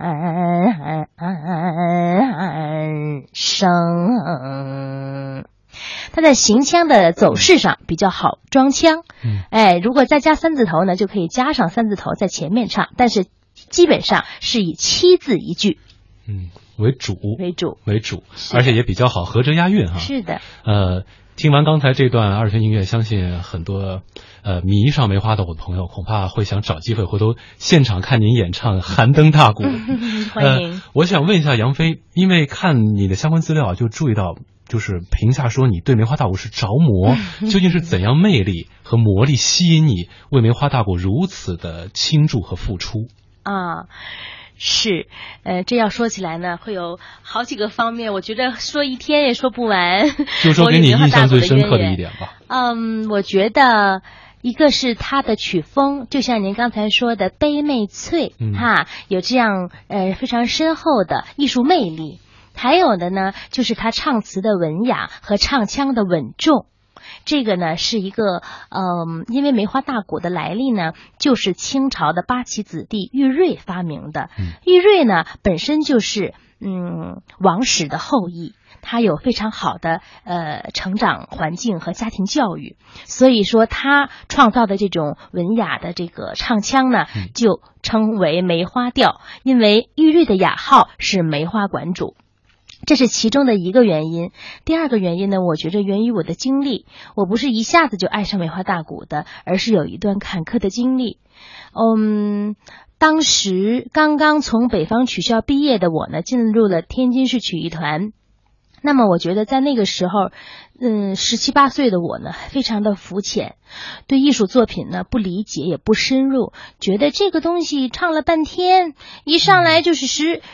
声，它在行腔的走势上比较好装腔。如果再加3字头呢，就可以加上3字头在前面唱，但是基本上是以7字一句为主，而且也比较好合辙押韵哈。 是的。 听完刚才这段二泉映月，相信很多迷上梅花大鼓的朋友恐怕会想找机会回头现场看您演唱寒灯大鼓。 欢迎。 我想问一下杨飞，因为看你的相关资料就注意到，就是评价说你对梅花大鼓是着魔，究竟是怎样魅力和魔力吸引你为梅花大鼓如此的倾注和付出啊？是，这要说起来呢，会有好几个方面，我觉得说一天也说不完。 就说给你印象最深刻的一点吧。 我觉得一个是它的曲风，就像您刚才说的悲媚脆，有这样非常深厚的艺术魅力。还有的呢，就是它唱词的文雅和唱腔的稳重。这个呢是一个因为梅花大鼓的来历呢，就是清朝的八旗子弟玉瑞发明的。玉瑞呢本身就是王室的后裔，他有非常好的成长环境和家庭教育，所以说他创造的这种文雅的这个唱腔呢，就称为梅花调，因为玉瑞的雅号是梅花馆主。这是其中的一个原因。第二个原因呢，我觉着源于我的经历。我不是一下子就爱上梅花大鼓的，而是有一段坎坷的经历。当时刚刚从北方曲校毕业的我呢，进入了天津市曲艺团。那么我觉得在那个时候17、18岁的我呢，非常的肤浅，对艺术作品呢不理解也不深入，觉得这个东西唱了半天，一上来就是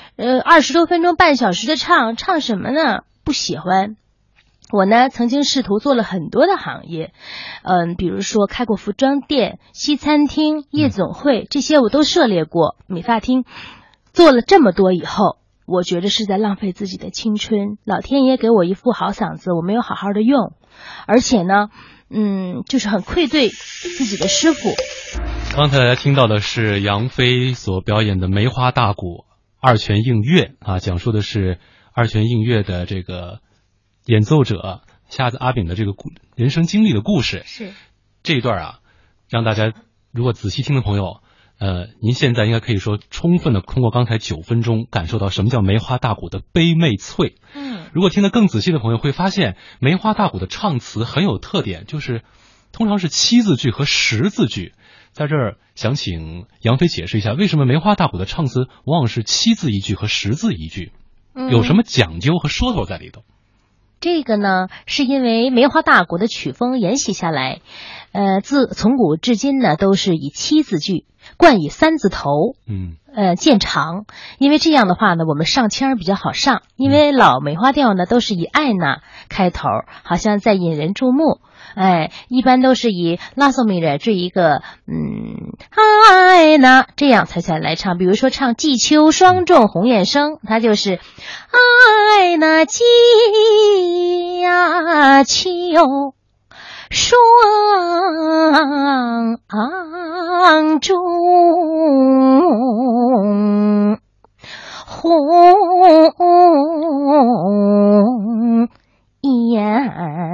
20多分钟半小时的唱什么呢？不喜欢。我呢曾经试图做了很多的行业，比如说开过服装店、西餐厅、夜总会，这些我都涉猎过，美发厅。做了这么多以后，我觉得是在浪费自己的青春。老天爷给我一副好嗓子，我没有好好的用，而且呢就是很愧对自己的师傅。 刚才大家听到的是杨飞所表演的梅花大鼓二泉映月啊，讲述的是二泉映月的这个演奏者瞎子阿炳的这个人生经历的故事。 是这一段啊，让大家如果仔细听的朋友，您现在应该可以说充分的通过刚才9分钟感受到什么叫梅花大鼓的悲媚脆。如果听得更仔细的朋友会发现，梅花大鼓的唱词很有特点，就是通常是7字句和10字句。在这儿想请杨飞解释一下，为什么梅花大鼓的唱词往往是7字一句和10字一句，有什么讲究和说头在里头？ 这个呢，是因为梅花大鼓的曲风沿袭下来，自从古至今呢，都是以7字句，冠以3字头， 渐长，因为这样的话呢，我们上腔比较好上，因为老梅花调呢都是以爱呢开头，好像在引人注目。一般都是以拉索米来缀一个爱呢，这样才来唱。比如说唱季秋霜重鸿雁声，它就是爱呢季呀秋霜重鸿雁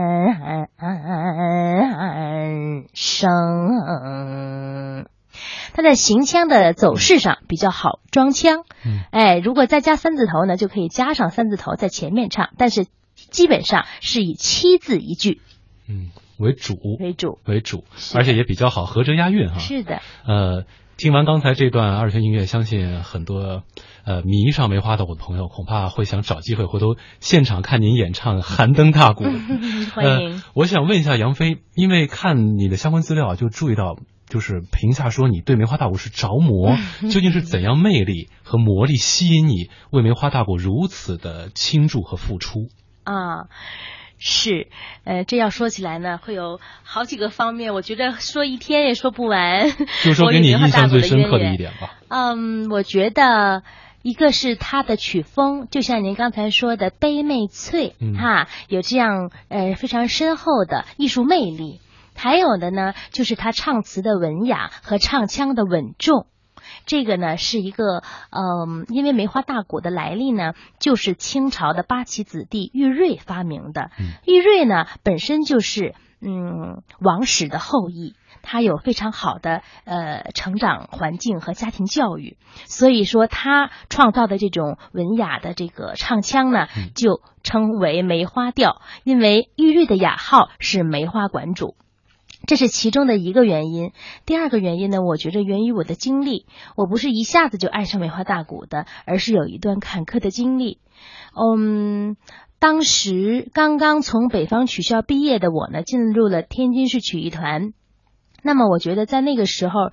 声。它在行腔的走势上比较好装腔，如果再加三字头呢，就可以加上三字头在前面唱，但是基本上是以七字一句为主，而且也比较好合辙押韵哈。 是的。 听完刚才这段二泉音乐，相信很多迷上梅花岛的朋友恐怕会想找机会回头现场看您演唱《寒灯大鼓》。 欢迎。 我想问一下杨飞，因为看你的相关资料就注意到，就是评价说你对梅花大鼓是着魔，究竟是怎样魅力和魔力吸引你为梅花大鼓如此的倾注和付出啊？是，这要说起来呢，会有好几个方面，我觉得说一天也说不完。 就说给你印象最深刻的一点吧。 我觉得一个是它的曲风，就像您刚才说的悲媚脆，有这样非常深厚的艺术魅力。还有的呢，就是他唱词的文雅和唱腔的稳重。这个呢是一个因为梅花大鼓的来历呢，就是清朝的八旗子弟玉瑞发明的。玉瑞呢本身就是王室的后裔，他有非常好的成长环境和家庭教育，所以说他创造的这种文雅的这个唱腔呢，就称为梅花调，因为玉瑞的雅号是梅花馆主。这是其中的一个原因。第二个原因呢，我觉得源于我的经历，我不是一下子就爱上梅花大鼓的，而是有一段坎坷的经历。当时刚刚从北方曲校毕业的我呢，进入了天津市曲艺团。那么我觉得在那个时候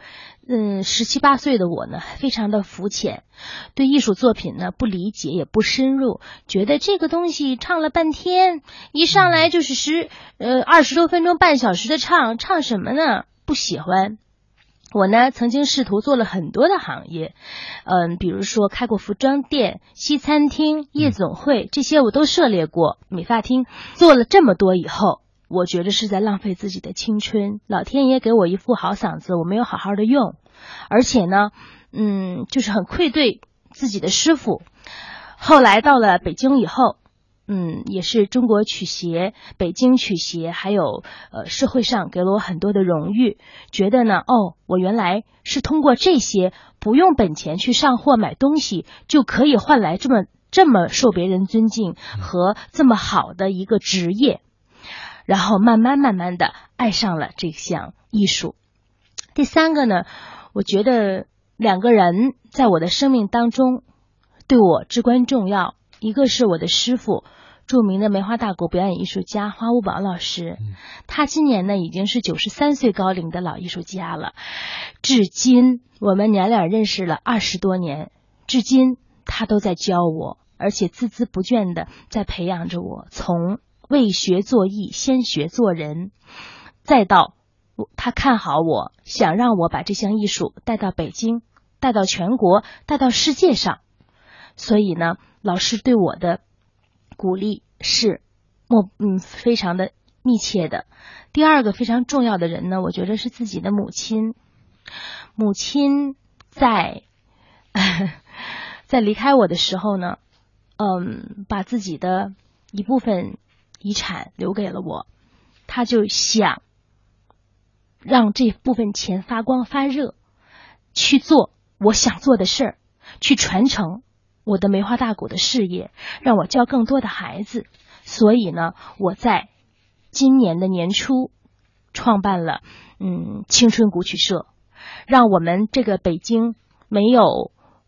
17、18岁的我呢，非常的肤浅，对艺术作品呢不理解也不深入，觉得这个东西唱了半天，一上来就是20多分钟半小时的唱什么呢？不喜欢。我呢曾经试图做了很多的行业，比如说开过服装店、西餐厅、夜总会，这些我都涉猎过。美发厅做了这么多以后，我觉得是在浪费自己的青春。老天爷给我一副好嗓子，我没有好好的用，而且呢就是很愧对自己的师傅。后来到了北京以后，也是中国曲协、北京曲协还有社会上给了我很多的荣誉，觉得呢我原来是通过这些不用本钱去上货买东西就可以换来这么受别人尊敬和这么好的一个职业。然后慢慢的爱上了这项艺术。第三个呢，我觉得两个人在我的生命当中对我至关重要，一个是我的师傅，著名的梅花大鼓表演艺术家花无宝老师，他今年呢已经是93岁高龄的老艺术家了，至今我们娘俩认识了20多年，至今他都在教我，而且孜孜不倦的在培养着我，从为学做艺，先学做人，再到他看好我，想让我把这项艺术带到北京，带到全国，带到世界上。所以呢，老师对我的鼓励是非常的密切的。第二个非常重要的人呢，我觉得是自己的母亲。母亲在离开我的时候呢，把自己的一部分遗产留给了我，他就想让这部分钱发光发热，去做我想做的事儿，去传承我的梅花大鼓的事业，让我教更多的孩子。所以呢，我在今年的年初创办了青春古曲社，让我们这个北京没有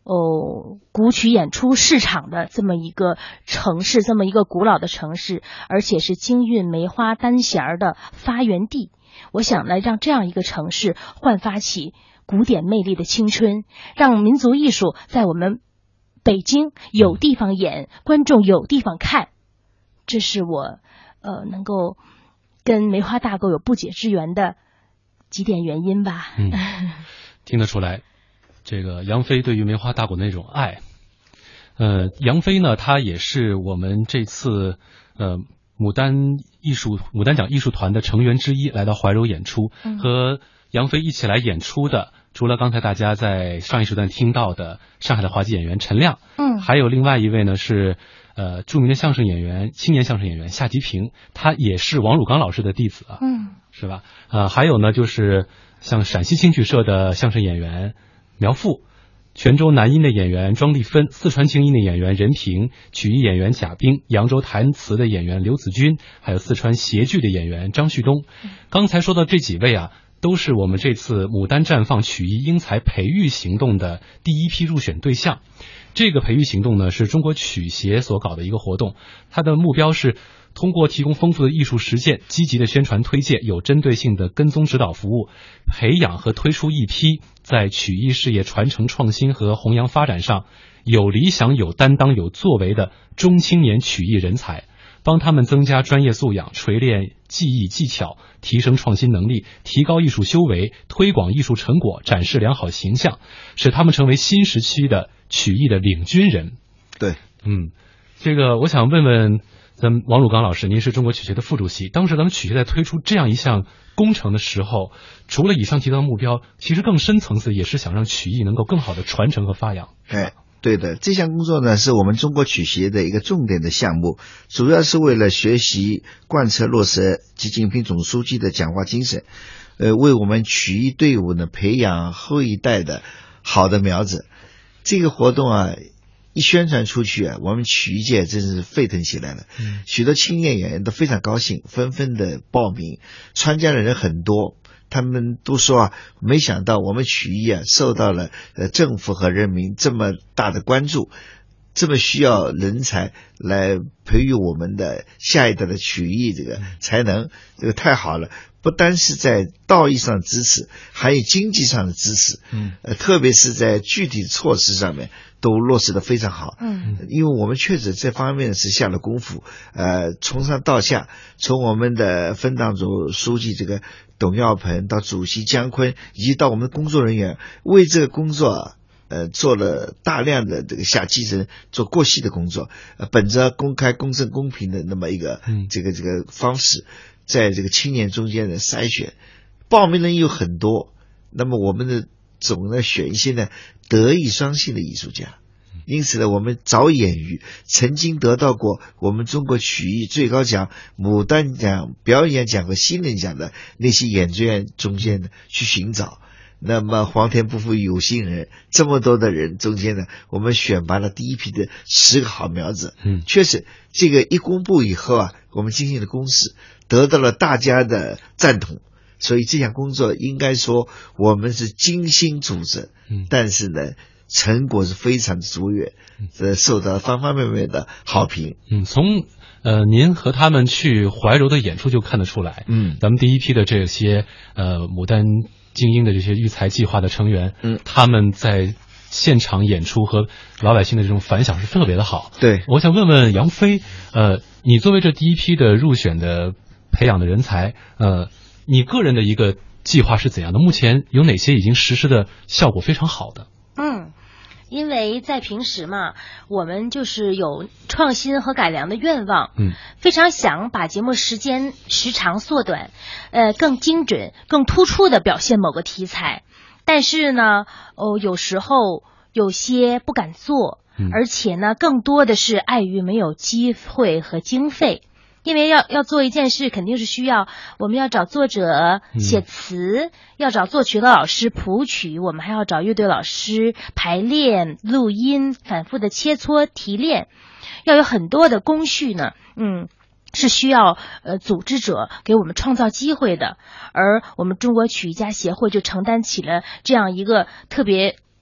古曲演出市场的这么一个城市，这么一个古老的城市，而且是京韵梅花单弦的发源地。我想呢，让这样一个城市焕发起古典魅力的青春，让民族艺术在我们北京有地方演，观众有地方看，这是我能够跟梅花大狗有不解之缘的几点原因吧。 听得出来，这个杨飞对于梅花大狗那种爱。杨飞呢，他也是我们这次牡丹奖艺术团的成员之一，来到怀柔演出，和杨飞一起来演出的，除了刚才大家在上一时段听到的上海的滑稽演员陈亮，还有另外一位呢是著名的相声演员、青年相声演员夏吉平，他也是王汝刚老师的弟子啊，是吧？还有呢就是像陕西青曲社的相声演员苗阜，泉州南音的演员庄丽芬，四川青音的演员任平，曲艺演员贾冰，扬州弹词的演员刘子君，还有四川谐剧的演员张旭东。刚才说到这几位啊，都是我们这次牡丹绽放曲艺英才培育行动的第一批入选对象。这个培育行动呢，是中国曲协所搞的一个活动，它的目标是通过提供丰富的艺术实践，积极的宣传推介，有针对性的跟踪指导服务，培养和推出一批在曲艺事业传承创新和弘扬发展上有理想、有担当、有作为的中青年曲艺人才，帮他们增加专业素养，锤炼技艺技巧，提升创新能力，提高艺术修为，推广艺术成果，展示良好形象，使他们成为新时期的曲艺的领军人。 对， 这个我想问问咱们王汝刚老师，您是中国曲协的副主席，当时咱们曲协在推出这样一项工程的时候，除了以上提到的目标，其实更深层次也是想让曲艺能够更好的传承和发扬。 对的，这项工作呢是我们中国曲协的一个重点的项目，主要是为了学习贯彻落实习近平总书记的讲话精神，为我们曲艺队伍呢培养后一代的好的苗子。这个活动啊一宣传出去啊，我们曲艺界真是沸腾起来了，许多青年演员都非常高兴，纷纷的报名，参加的人很多。他们都说啊，没想到我们曲艺啊受到了政府和人民这么大的关注，这么需要人才来培育我们的下一代的曲艺这个才能，这个太好了。不单是在道义上支持，还有经济上的支持，特别是在具体措施上面都落实得非常好。因为我们确实这方面是下了功夫，从上到下，从我们的分党组书记这个董耀鹏到主席姜昆，以及到我们的工作人员，为这个工作做了大量的这个下基层做过细的工作，本着公开、公正、公平的那么一个这个方式，在这个青年中间的筛选，报名人有很多，那么我们的总呢选一些呢德艺双馨的艺术家。因此呢，我们着眼于曾经得到过我们中国曲艺最高奖牡丹奖、表演奖和新人奖的那些演职员中间呢去寻找。那么皇天不负有心人，这么多的人中间呢，我们选拔了第一批的10个好苗子。确实这个一公布以后啊，我们进行了公示，得到了大家的赞同，所以这项工作应该说我们是精心组织，但是呢成果是非常的卓越，受到方方面面的好评。 从您和他们去怀柔的演出就看得出来，咱们第一批的这些牡丹精英的这些育才计划的成员，他们在现场演出和老百姓的这种反响是特别的好。 对， 我想问问杨飞，你作为这第一批的入选的培养的人才，你个人的一个计划是怎样的？目前有哪些已经实施的效果非常好的？ 因为在平时嘛，我们就是有创新和改良的愿望，非常想把节目时长缩短，更精准、更突出的表现某个题材。但是呢，有时候有些不敢做，而且呢，更多的是碍于没有机会和经费。因为要做一件事，肯定是需要我们要找作者写词，要找作曲的老师谱曲，我们还要找乐队老师排练、录音，反复的切磋提炼，要有很多的工序呢。是需要组织者给我们创造机会的，而我们中国曲艺家协会就承担起了这样一个特别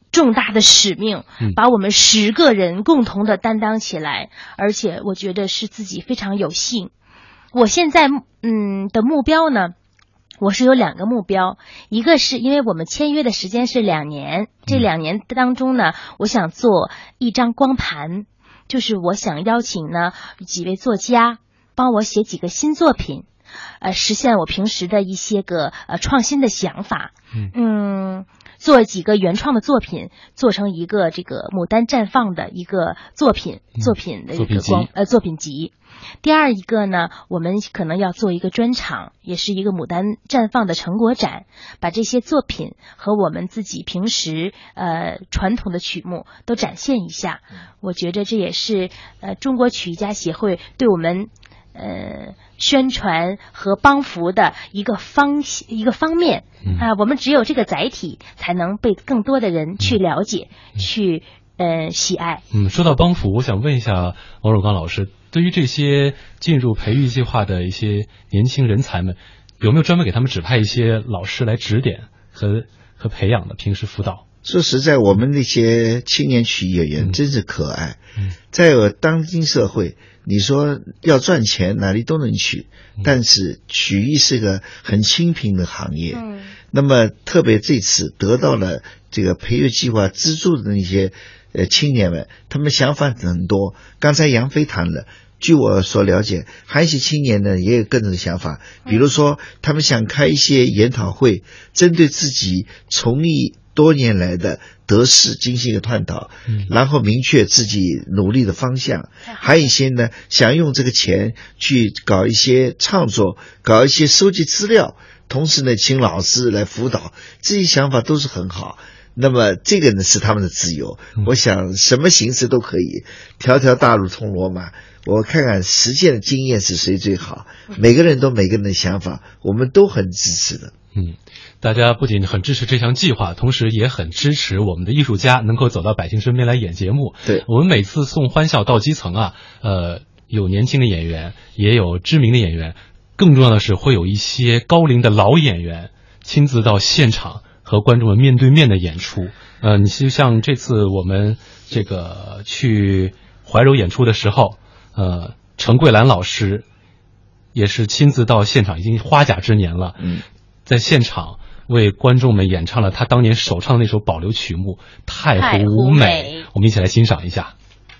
重大的使命，把我们10个人共同的担当起来，而且我觉得是自己非常有幸。我现在的目标呢，我是有2个目标，一个是因为我们签约的时间是2年，这2年当中呢，我想做一张光盘，就是我想邀请呢几位作家帮我写几个新作品，实现我平时的一些个创新的想法，做几个原创的作品，做成一个这个牡丹绽放的一个作品的一个作品集。第二一个呢，我们可能要做一个专场，也是一个牡丹绽放的成果展，把这些作品和我们自己平时传统的曲目都展现一下。我觉得这也是中国曲艺家协会对我们宣传和帮扶的一个方面我们只有这个载体，才能被更多的人去了解，去喜爱。 说到帮扶，我想问一下王汝刚老师，对于这些进入培育计划的一些年轻人才们，有没有专门给他们指派一些老师来指点和培养的平时辅导？ 说实在，我们那些青年曲艺演员真是可爱。再有当今社会，你说要赚钱哪里都能去，但是曲艺是个很清贫的行业。那么特别这次得到了这个培育计划资助的那些青年们，他们想法很多。刚才杨飞谈了，据我所了解，还有一些青年呢也有各种的想法，比如说他们想开一些研讨会，针对自己从艺多年来的得失进行一个探讨，然后明确自己努力的方向。还有一些呢，想用这个钱去搞一些创作，搞一些收集资料，同时呢请老师来辅导，这些想法都是很好。那么这个呢是他们的自由，我想什么形式都可以，条条大路通罗马。我看看实践的经验是谁最好，每个人都每个人的想法，我们都很支持的。 大家不仅很支持这项计划，同时也很支持我们的艺术家能够走到百姓身边来演节目。 对， 我们每次送欢笑到基层有年轻的演员，也有知名的演员，更重要的是会有一些高龄的老演员亲自到现场和观众们面对面的演出。你像这次我们这个去怀柔演出的时候，陈桂兰老师也是亲自到现场，已经花甲之年了，在现场为观众们演唱了他当年首唱的那首保留曲目《太湖美》，我们一起来欣赏一下。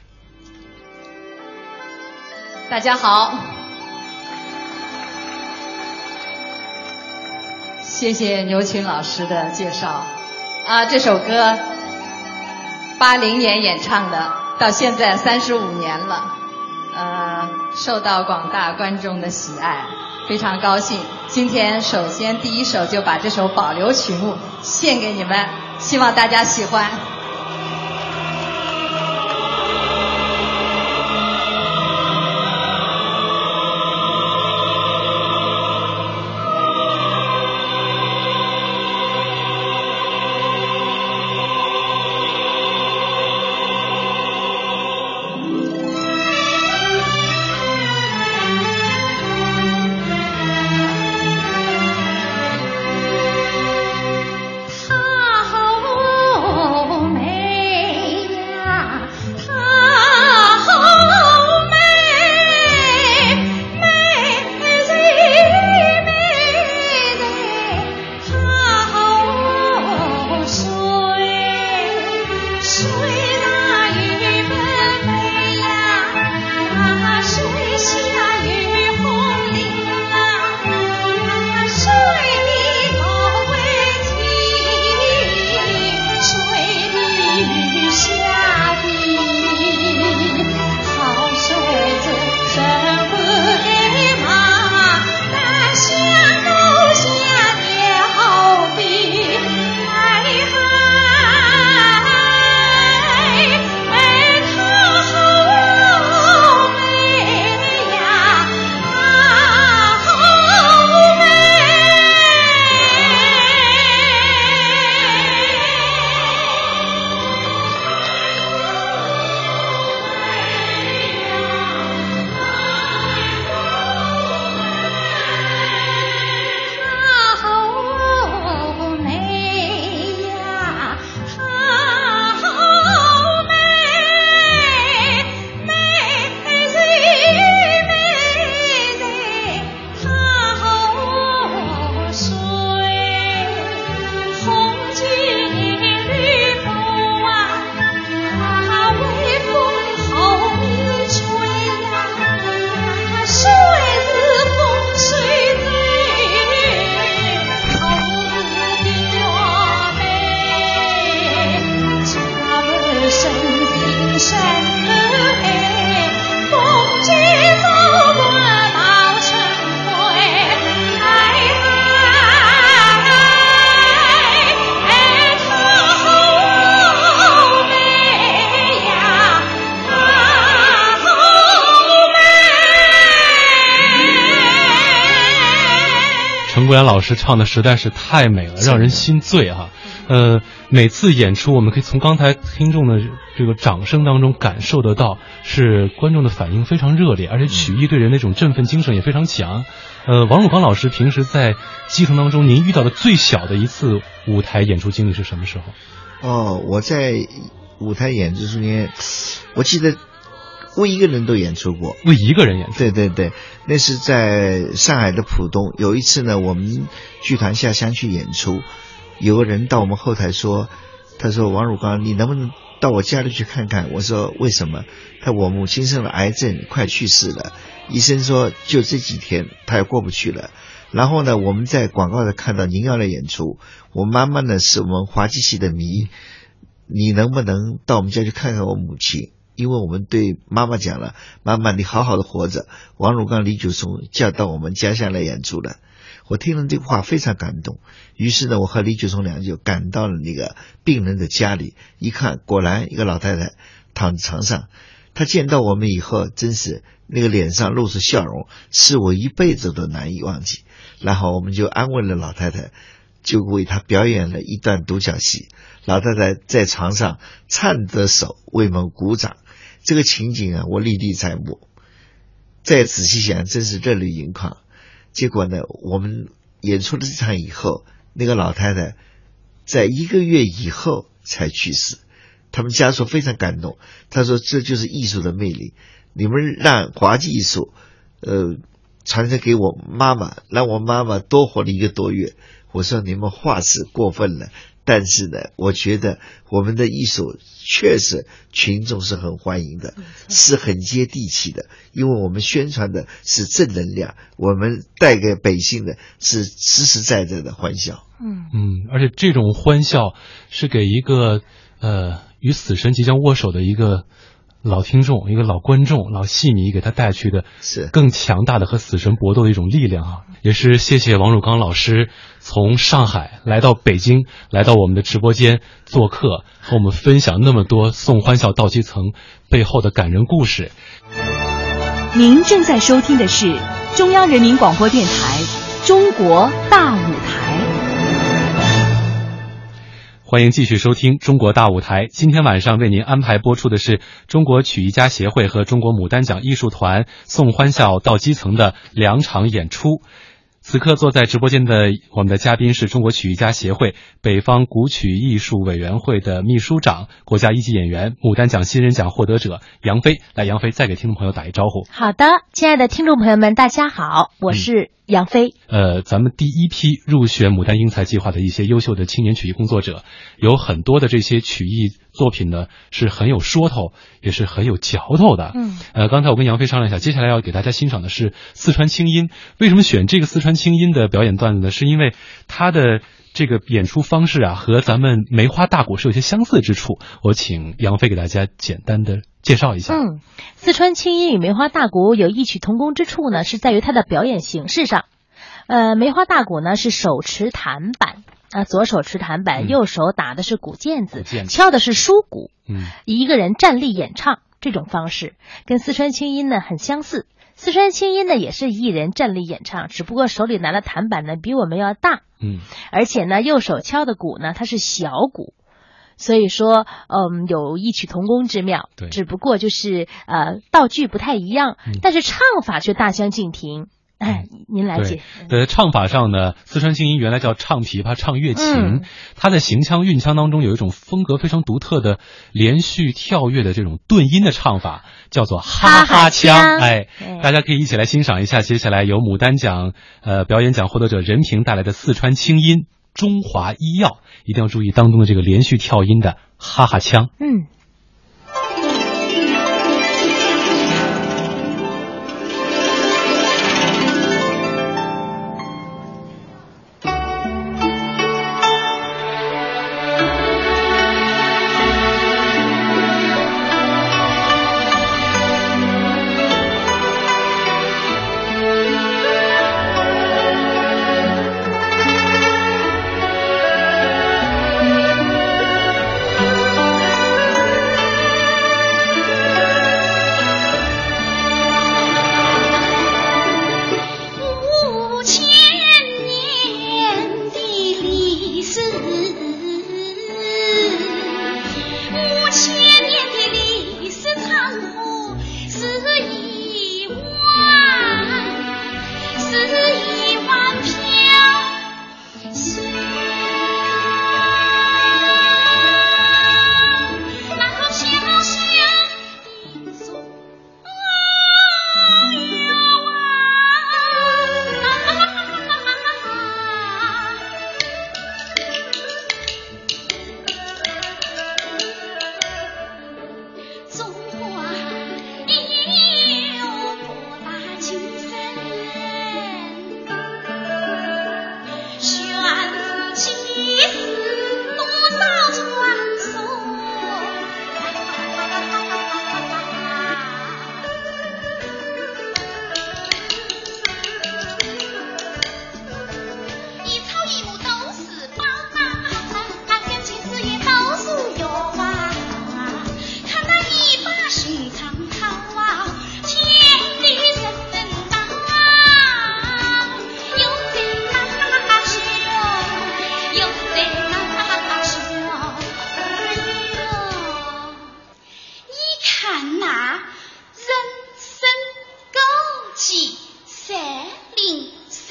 大家好，谢谢牛群老师的介绍这首歌80年演唱的，到现在35年了，受到广大观众的喜爱，非常高兴。今天首先第一首就把这首保留曲目献给你们，希望大家喜欢。 好陈国阳老师唱的实在是太美了，让人心醉啊。每次演出我们可以从刚才听众的这个掌声当中感受得到，是观众的反应非常热烈，而且曲艺对人那种振奋精神也非常强。王汝刚老师平时在基层当中，您遇到的最小的一次舞台演出经历是什么时候？ 我在舞台演出中间，我记得为一个人都演出过。 为一个人演出？ 对对对，那是在上海的浦东。有一次呢，我们剧团下乡去演出，有个人到我们后台说，他说王汝刚，你能不能到我家里去看看？我说为什么？他说我母亲生了癌症，快去世了，医生说就这几天他也过不去了。然后呢，我们在广告上看到您要来演出，我妈妈呢是我们滑稽戏的迷，你能不能到我们家去看看我母亲？因为我们对妈妈讲了，妈妈你好好的活着，王汝刚、李九松就要到我们家乡来演出了。我听了这个话非常感动，于是呢，我和李九松两个就赶到了那个病人的家里，一看果然一个老太太躺在床上，她见到我们以后真是那个脸上露出笑容，是我一辈子都难以忘记。然后我们就安慰了老太太，就为她表演了一段独角戏，老太太在床上颤着手为我们鼓掌，这个情景啊我历历在目，再仔细想真是热泪盈眶。结果呢，我们演出了这场以后，那个老太太在1个月以后才去世，他们家属非常感动，他说这就是艺术的魅力，你们让滑稽艺术传承给我妈妈，让我妈妈多活了1个多月。我说你们话是过分了，但是呢，我觉得我们的艺术确实群众是很欢迎的，是很接地气的，因为我们宣传的是正能量，我们带给百姓的是实实在在的欢笑。 而且这种欢笑是给一个与死神即将握手的一个老听众、一个老观众、老戏迷给他带去的是更强大的和死神搏斗的一种力量啊！也是谢谢王汝刚老师从上海来到北京，来到我们的直播间做客，和我们分享那么多送欢笑到基层背后的感人故事。 您正在收听的是中央人民广播电台《中国大舞台》。 欢迎继续收听中国大舞台。今天晚上为您安排播出的是中国曲艺家协会和中国牡丹奖艺术团送欢笑到基层的2场演出。此刻坐在直播间的我们的嘉宾是中国曲艺家协会北方古曲艺术委员会的秘书长、国家1级演员、牡丹奖新人奖获得者杨飞。来，杨飞再给听众朋友打一招呼。 好的，亲爱的听众朋友们，大家好，我是杨飞。 咱们第一批入选牡丹英才计划的一些优秀的青年曲艺工作者，有很多的这些曲艺作品呢是很有说头，也是很有嚼头的。刚才我跟杨飞商量一下，接下来要给大家欣赏的是四川清音。为什么选这个四川清音的表演段子呢？是因为它的这个演出方式啊和咱们梅花大鼓是有些相似之处。我请杨飞给大家简单的介绍一下。 四川清音与梅花大鼓有异曲同工之处呢，是在于它的表演形式上。梅花大鼓呢是手持弹板，左手持弹板，右手打的是鼓键子，敲的是书鼓，一个人站立演唱，这种方式跟四川清音呢很相似。四川清音呢也是一人站立演唱，只不过手里拿的弹板呢比我们要大，而且呢右手敲的鼓呢它是小鼓，所以说有异曲同工之妙。只不过就是道具不太一样，但是唱法却大相径庭。您来解。 唱法上呢，四川清音原来叫唱琵琶、唱乐琴，它在行腔、韵腔当中有一种风格非常独特的连续跳跃的这种顿音的唱法，叫做哈哈腔。大家可以一起来欣赏一下，接下来由牡丹奖表演奖获得者任平带来的四川清音中华医药，一定要注意当中的这个连续跳音的哈哈腔。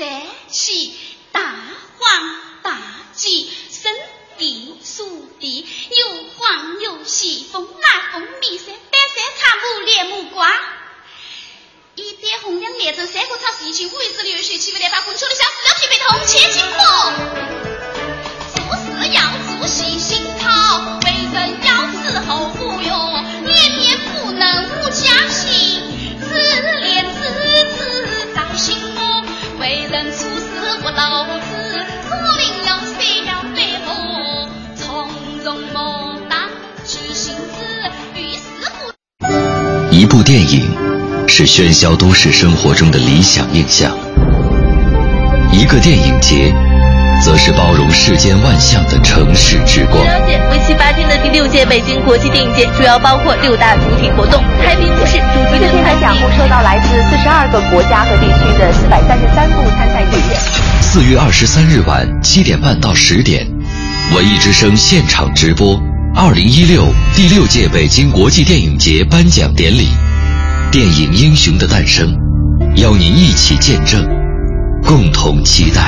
三七大黄大鸡，生地熟地，有黄有细，风来风米山，白山茶木莲木瓜。一点红娘烈酒，三个草是一群，五一子流水，七八点把混出的小四要提杯头切金火。做事要做细心操，为人要伺候不用，年年不能无家心，自怜自在心窝，为人处事不漏子，聪明有谁要对我，从容莫当去心思，遇事不。 一部电影是喧嚣都市生活中的理想印象，一个电影节则是包容世间万象的城市之光。 了解，为期8天的第6届北京国际电影节主要包括6大主体活动，排名就是主题的参奖部受到来自42个国家和地区的433部参赛影片。 4月23日晚7点半到10点，文艺之声现场直播2016第6届北京国际电影节颁奖典礼，电影英雄的诞生，邀您一起见证，共同期待。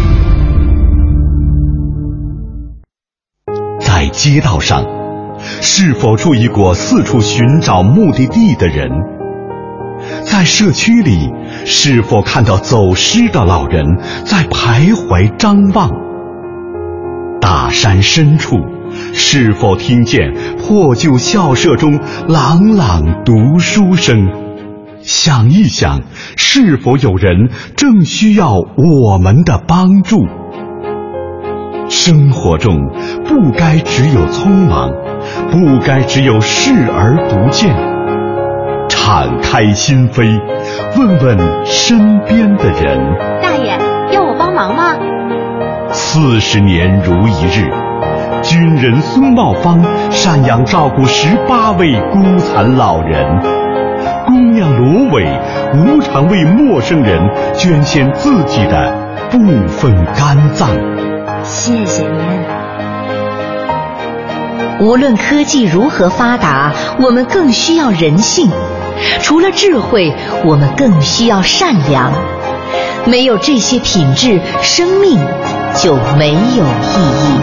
在街道上，是否注意过四处寻找目的地的人？在社区里，是否看到走失的老人在徘徊张望？大山深处，是否听见破旧校舍中朗朗读书声？想一想，是否有人正需要我们的帮助？生活中不该只有匆忙，不该只有视而不见。敞开心扉，问问身边的人。 大爷，要我帮忙吗 ？40年如一日，军人孙茂芳赡养照顾18位孤残老人，姑娘罗伟无偿为陌生人捐献自己的部分肝脏。 谢谢您。 无论科技如何发达，我们更需要人性。除了智慧，我们更需要善良。没有这些品质，生命就没有意义。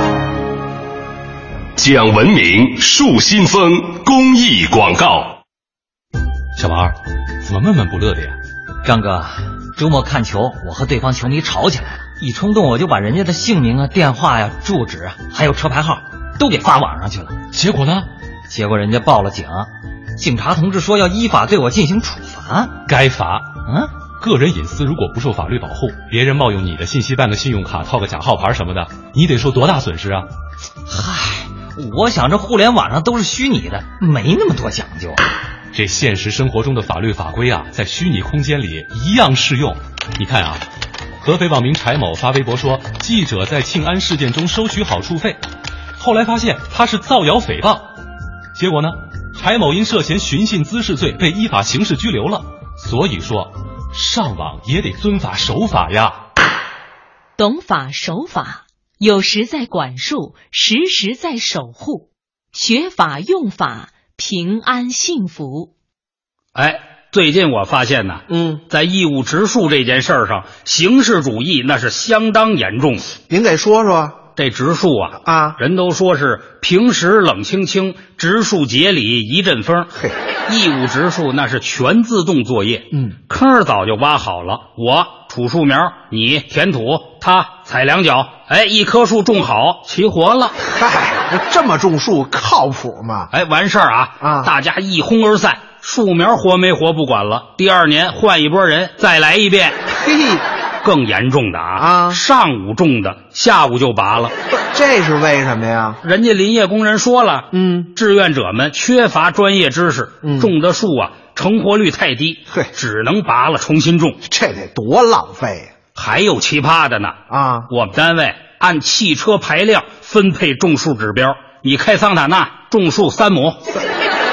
讲文明树新风公益广告。 小王，怎么闷闷不乐的呀？ 张哥，周末看球，我和对方球迷吵起来了，一冲动我就把人家的姓名啊、电话呀、住址啊，还有车牌号都给发网上去了。 结果呢？ 结果人家报了警，警察同志说要依法对我进行处罚。 该罚。个人隐私如果不受法律保护，别人冒用你的信息办个信用卡、套个假号牌什么的，你得受多大损失啊？ 嗨，我想这互联网上都是虚拟的，没那么多讲究。 这现实生活中的法律法规啊，在虚拟空间里一样适用。你看啊，合肥网民柴某发微博说，记者在庆安事件中收取好处费，后来发现他是造谣诽谤，结果呢，柴某因涉嫌寻衅滋事罪被依法刑事拘留了。所以说，上网也得遵法守法呀。 懂法守法，有时在管束，时时在守护。学法用法，平安幸福。 哎，最近我发现呢，在义务植树这件事上，形式主义那是相当严重。 您给说说。 这植树啊，人都说是平时冷清清，植树节里一阵风。义务植树那是全自动作业，坑早就挖好了，我杵树苗，你填土，他踩两脚，哎，一棵树种好，齐活了。 嗨，这么种树靠谱吗？ 哎，完事儿啊，大家一哄而散，树苗活没活不管了，第2年换一波人再来一遍。 嘿。 更严重的上午种的，下午就拔了， 这是为什么呀？ 人家林业工人说了，志愿者们缺乏专业知识，种的树啊成活率太低，只能拔了重新种， 这得多浪费呀！ 还有奇葩的呢我们单位按汽车排量分配种树指标，你开桑塔纳种树3亩，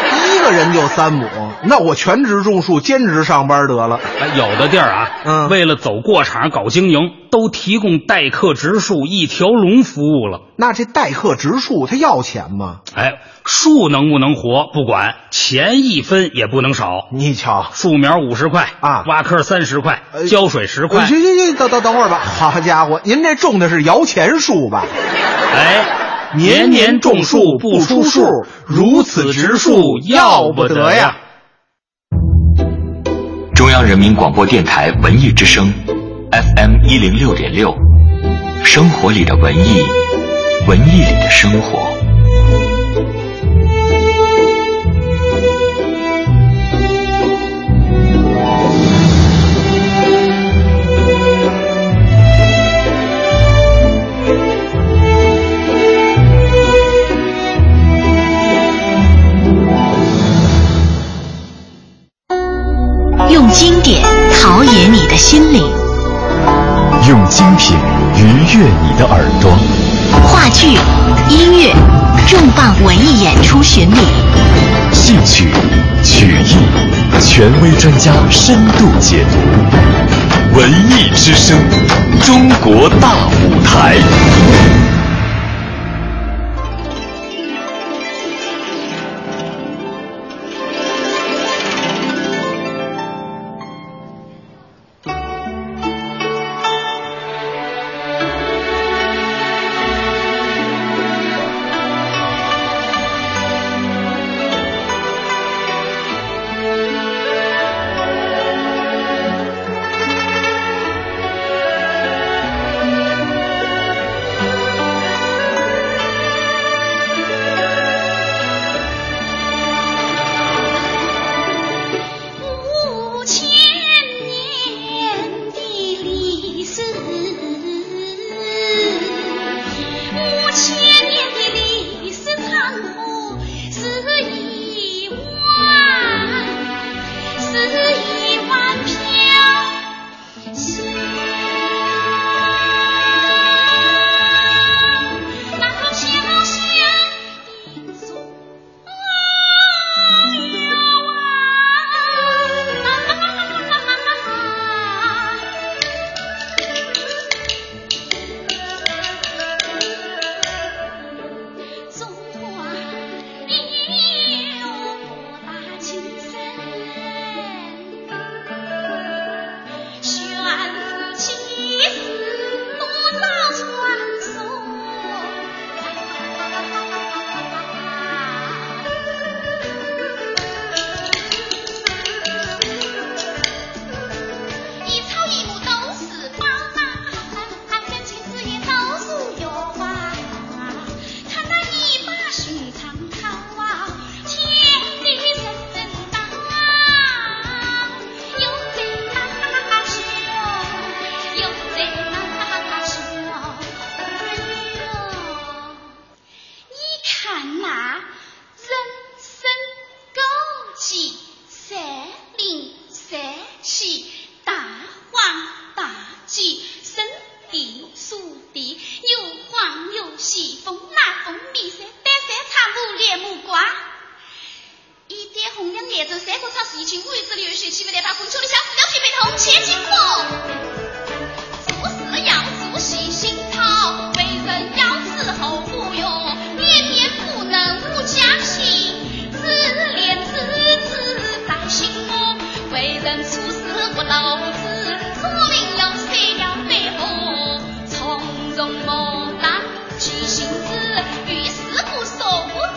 个人就3亩，那我全职种树，兼职上班得了。 有的地儿啊，为了走过场搞经营，都提供代客植树一条龙服务了。 那这代客植树他要钱吗？ 树能不能活不管，钱1分也不能少。 你瞧， 树苗50块啊，挖坑30块，浇水10块。 行，等会儿吧。好家伙，您这种的是摇钱树吧？ 年年种树不出数，如此植树要不得呀！ 中央人民广播电台文艺之声 FM 106.6，生活里的文艺，文艺里的生活。 用经典陶冶你的心灵， 用精品愉悦你的耳朵。 话剧、音乐、重磅文艺演出巡礼， 戏曲、曲艺，权威专家深度解读。文艺之声，中国大舞台。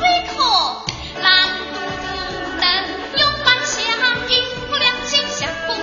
不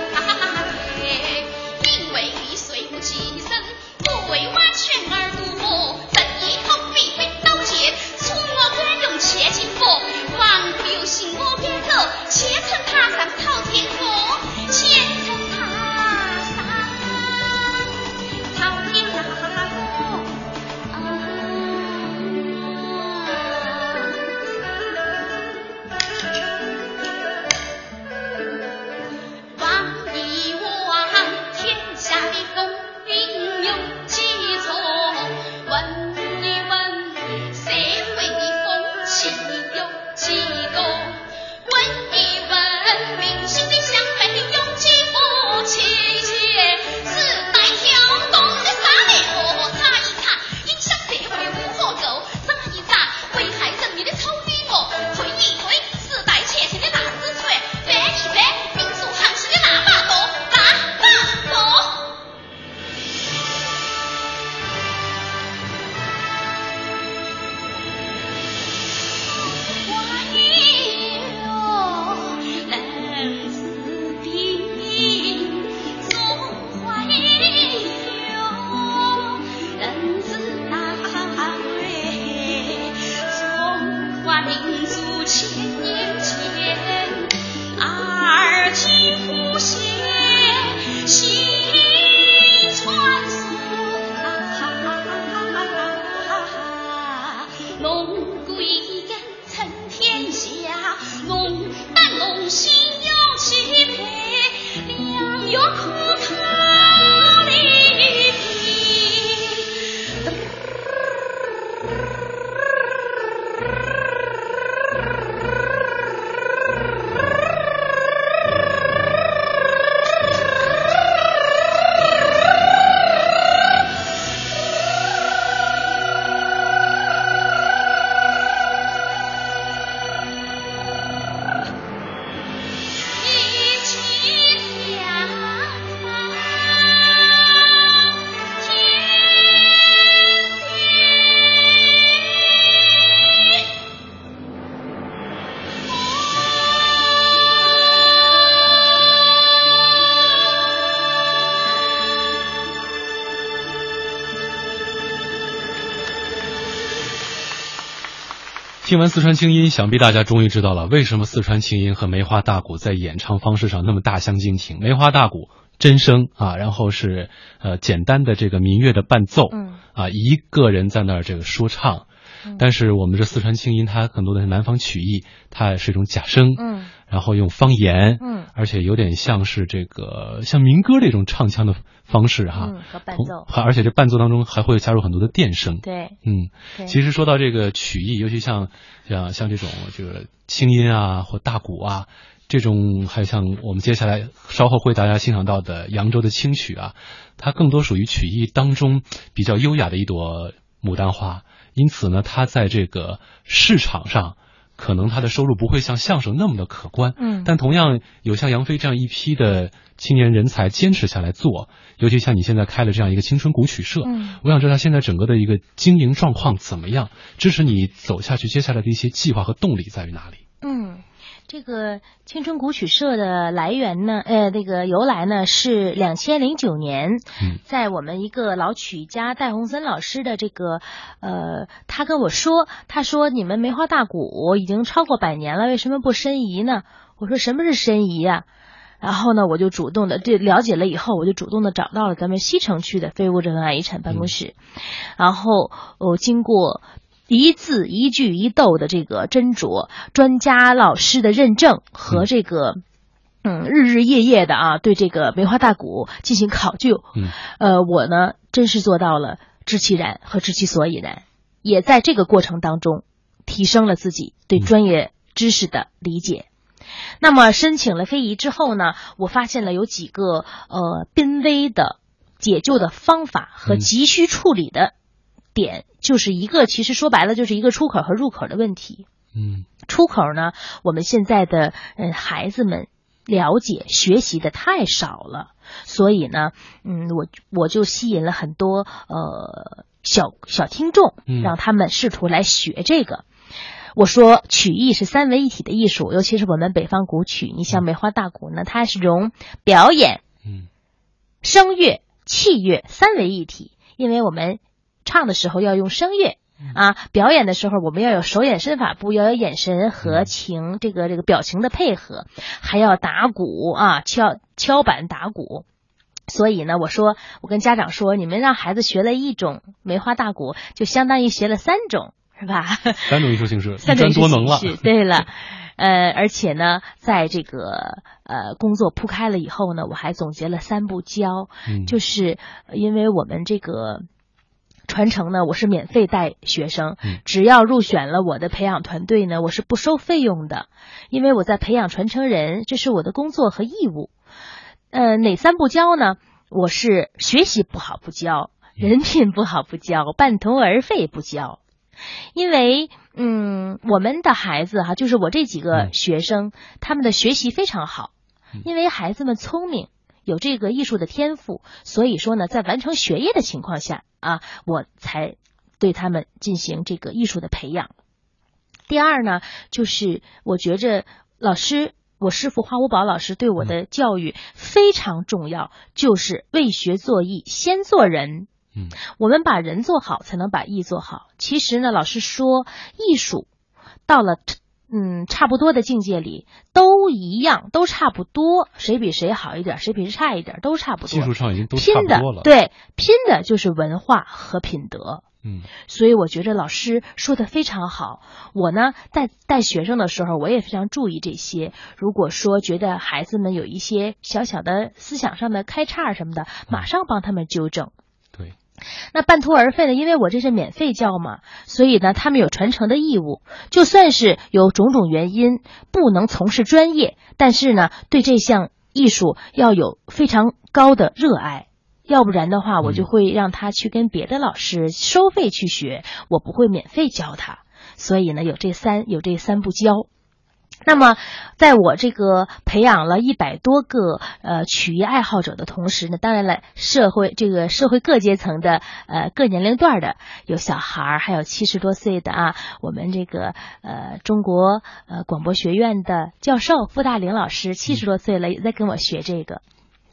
听完四川青音，想必大家终于知道了为什么四川青音和梅花大鼓在演唱方式上那么大相径庭。梅花大鼓真声啊，然后是简单的这个民乐的伴奏，一个人在那儿这个说唱。但是我们这四川青音，它很多的是南方曲艺，它是一种假声，然后用方言，而且有点像是这个像民歌这种唱腔的方式哈， 和伴奏， 而且这伴奏当中还会加入很多的电声， 对， 其实说到这个曲艺，尤其像这种这个青音啊或大鼓啊。这种还有像我们接下来稍后会大家欣赏到的扬州的清曲啊，它更多属于曲艺当中比较优雅的一朵牡丹花，因此呢，它在这个市场上可能它的收入不会像相声那么的可观，但同样有像杨飞这样一批的青年人才坚持下来做，尤其像你现在开了这样一个青春古曲社，我想知道它现在整个的一个经营状况怎么样，支持你走下去接下来的一些计划和动力在于哪里？ 这个青春古曲社的来源呢，那个由来呢是2009年，在我们一个老曲家戴洪森老师的这个，他跟我说，他说你们梅花大鼓已经超过100年了，为什么不申遗呢？我说什么是申遗呀？然后呢，我就主动的了解了以后，我就主动的找到了咱们西城区的非物质文化遗产办公室，然后经过一字一句一逗的这个斟酌，专家老师的认证和这个日日夜夜的对这个梅花大鼓进行考究，我呢真是做到了知其然和知其所以然，也在这个过程当中提升了自己对专业知识的理解。那么申请了非遗之后呢，我发现了有几个濒危的解救的方法和急需处理的点，就是一个其实说白了就是一个出口和入口的问题。出口呢，我们现在的孩子们了解学习的太少了，所以呢我就吸引了很多小听众，让他们试图来学这个。我说曲艺是三位一体的艺术，尤其是我们北方古曲，你像梅花大鼓呢，它是融表演、声乐、器乐三为一体，因为我们唱的时候要用声乐表演的时候我们要有手眼身法步，要有眼神和情这个表情的配合，还要打鼓敲板打鼓。所以呢，我跟家长说，你们让孩子学了一种梅花大鼓，就相当于学了3种。是吧？3种艺术形式，一专多能了。 对了，而且呢，在这个工作铺开了以后呢，我还总结了3不教，就是因为我们这个传承呢，我是免费带学生，只要入选了我的培养团队呢，我是不收费用的，因为我在培养传承人，这是我的工作和义务。哪3不教呢？我是学习不好不教，人品不好不教，半途而废不教。因为我们的孩子就是我这几个学生，他们的学习非常好，因为孩子们聪明，有这个艺术的天赋，所以说呢，在完成学业的情况下我才对他们进行这个艺术的培养。第二呢，就是我觉着我师父花五宝老师对我的教育非常重要，就是为学做艺，先做人。我们把人做好，才能把艺做好。其实呢，老师说，艺术到了差不多的境界里，都一样，都差不多，谁比谁好一点，谁比谁差一点，都差不多。 技术上已经都差不多了。 对，拼的就是文化和品德。所以我觉得老师说的非常好。我呢，在带学生的时候，我也非常注意这些。如果说觉得孩子们有一些小小的思想上的开叉什么的，马上帮他们纠正。那半途而废呢？因为我这是免费教嘛，所以呢，他们有传承的义务。就算是有种种原因不能从事专业，但是呢，对这项艺术要有非常高的热爱，要不然的话，我就会让他去跟别的老师收费去学，我不会免费教他。所以呢，有这三不教。那么在我这个培养了100多个曲艺爱好者的同时呢，当然了，社会各阶层的各年龄段的，有小孩，还有70多岁的我们这个中国广播学院的教授傅大玲老师70多岁了，也在跟我学这个。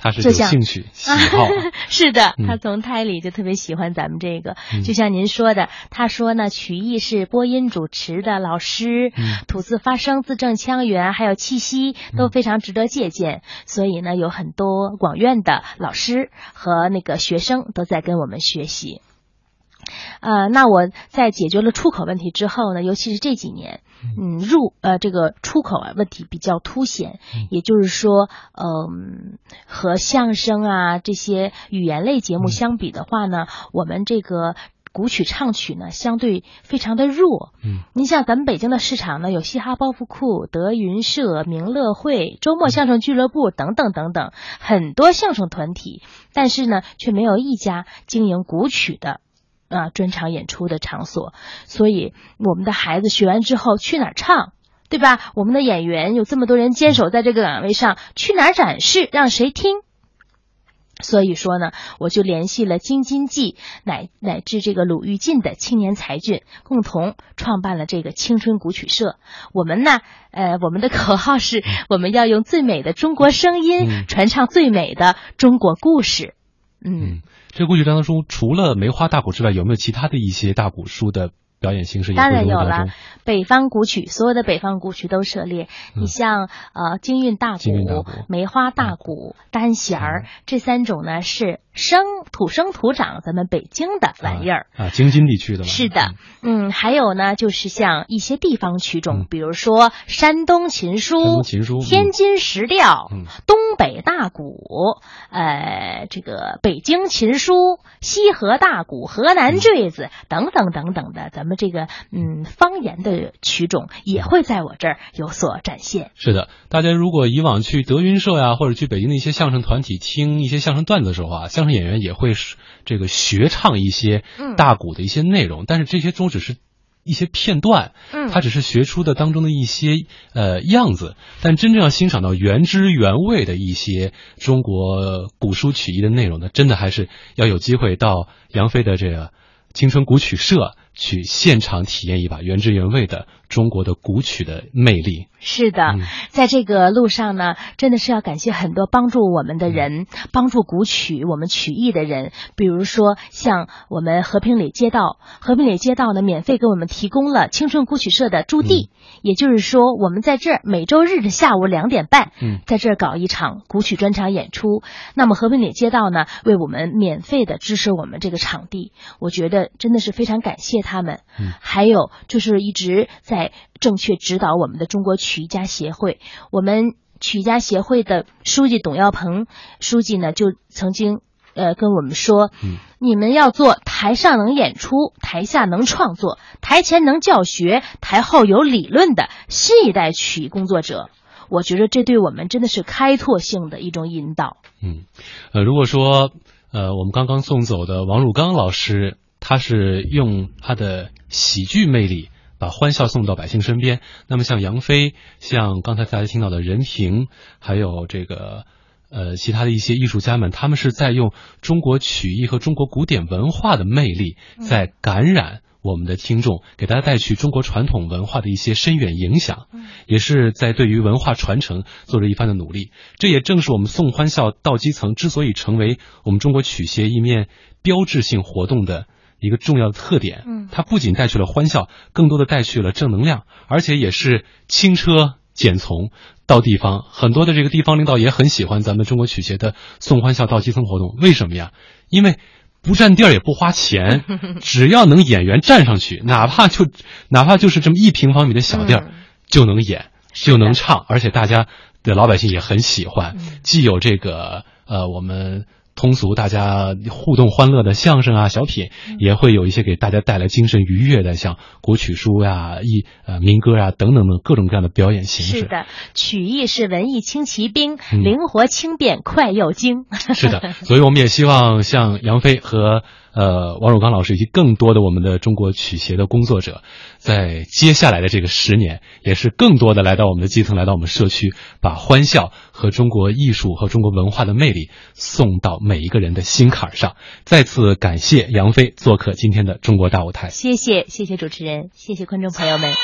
他是有兴趣喜好是的，他从胎里就特别喜欢咱们这个，就像您说的，他说呢，曲艺是播音主持的老师，吐字发声、字正腔圆，还有气息都非常值得借鉴，所以呢，有很多广院的老师和那个学生都在跟我们学习。那我在解决了出口问题之后呢，尤其是这几年，这个出口问题比较凸显，也就是说，和相声啊这些语言类节目相比的话呢，我们这个古曲唱曲呢相对非常的弱。您像咱们北京的市场呢，有嘻哈包袱库、德云社、民乐会、周末相声俱乐部等等等等，很多相声团体，但是呢，却没有一家经营古曲的专场演出的场所，所以我们的孩子学完之后去哪儿唱，对吧？我们的演员有这么多人坚守在这个岗位上，去哪儿展示，让谁听？所以说呢，我就联系了京津冀乃至这个鲁豫晋的青年才俊，共同创办了这个青春古曲社。我们呢，我们的口号是，我们要用最美的中国声音传唱最美的中国故事。 这个古曲当中，除了梅花大鼓之外，有没有其他的一些大鼓书的表演形式？ 当然有了，北方古曲，所有的北方古曲都涉猎。你像京韵大鼓、梅花大鼓、单弦儿这三种呢，是土生土长咱们北京的玩意儿京津地区的。 是的，还有呢，就是像一些地方曲种，比如说山东琴书、天津石调、东北大鼓，这个北京琴书、西河大鼓、河南坠子等等等等的，咱们这个方言的曲种也会在我这儿有所展现。 是的，大家如果以往去德云社呀，或者去北京的一些相声团体听一些相声段子的时候相声演员也会这个学唱一些大鼓的一些内容，但是这些都只是一些片段，它只是学出的当中的一些样子，但真正要欣赏到原汁原味的一些中国古书曲艺的内容呢，真的还是要有机会到杨飞的这个青春古曲社去现场体验一把原汁原味的中国的古曲的魅力。 是的，在这个路上呢，真的是要感谢很多帮助我们的人，帮助古曲我们曲艺的人，比如说像我们和平里街道呢免费给我们提供了青春古曲社的驻地，也就是说我们在这儿每周日的下午2点半，在这儿搞一场古曲专场演出。那么和平里街道呢为我们免费的支持我们这个场地，我觉得真的是非常感谢他们。还有就是一直在正确指导我们的中国曲艺家协会，我们曲艺家协会的书记董耀鹏书记呢就曾经跟我们说，你们要做台上能演出、台下能创作、台前能教学、台后有理论的新一代曲艺工作者。我觉得这对我们真的是开拓性的一种引导。 如果说我们刚刚送走的王汝刚老师，他是用他的喜剧魅力把欢笑送到百姓身边，那么像杨飞，像刚才大家听到的任平，还有这个其他的一些艺术家们，他们是在用中国曲艺和中国古典文化的魅力在感染我们的听众，给大家带去中国传统文化的一些深远影响，也是在对于文化传承做着一番的努力。这也正是我们送欢笑到基层之所以成为我们中国曲协一面标志性活动的一个重要的特点。它不仅带去了欢笑，更多的带去了正能量，而且也是轻车简从到地方。很多的这个地方领导也很喜欢咱们中国曲协的送欢笑到基层活动。为什么呀？因为不占地儿也不花钱，只要能演员站上去，哪怕就是这么1平方米的小地儿，就能演，就能唱，而且大家的老百姓也很喜欢。既有这个我们通俗大家互动欢乐的相声啊小品，也会有一些给大家带来精神愉悦的，像国曲书呀、民歌啊等等的各种各样的表演形式。 是的，曲艺是文艺轻骑兵，灵活轻便，快又精。 是的，所以我们也希望像杨飞和王汝刚老师以及更多的我们的中国曲协的工作者，在接下来的这个10年，也是更多的来到我们的基层，来到我们社区，把欢笑和中国艺术和中国文化的魅力送到每一个人的心坎上。再次感谢杨飞做客今天的中国大舞台。 谢谢主持人，谢谢观众朋友们。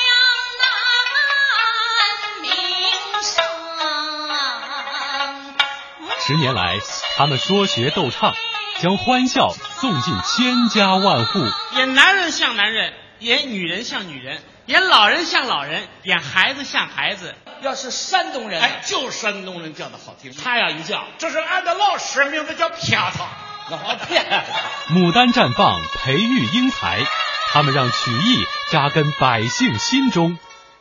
唱 10年来，他们说学逗唱，将欢笑送进千家万户。 演男人像男人，演女人像女人，演老人像老人，演孩子像孩子。 要是山东人， 哎，就山东人叫的好听。 他呀一叫， 这是俺的老师，名字叫撇头。 牡丹绽放，培育英才，他们让曲艺扎根百姓心中。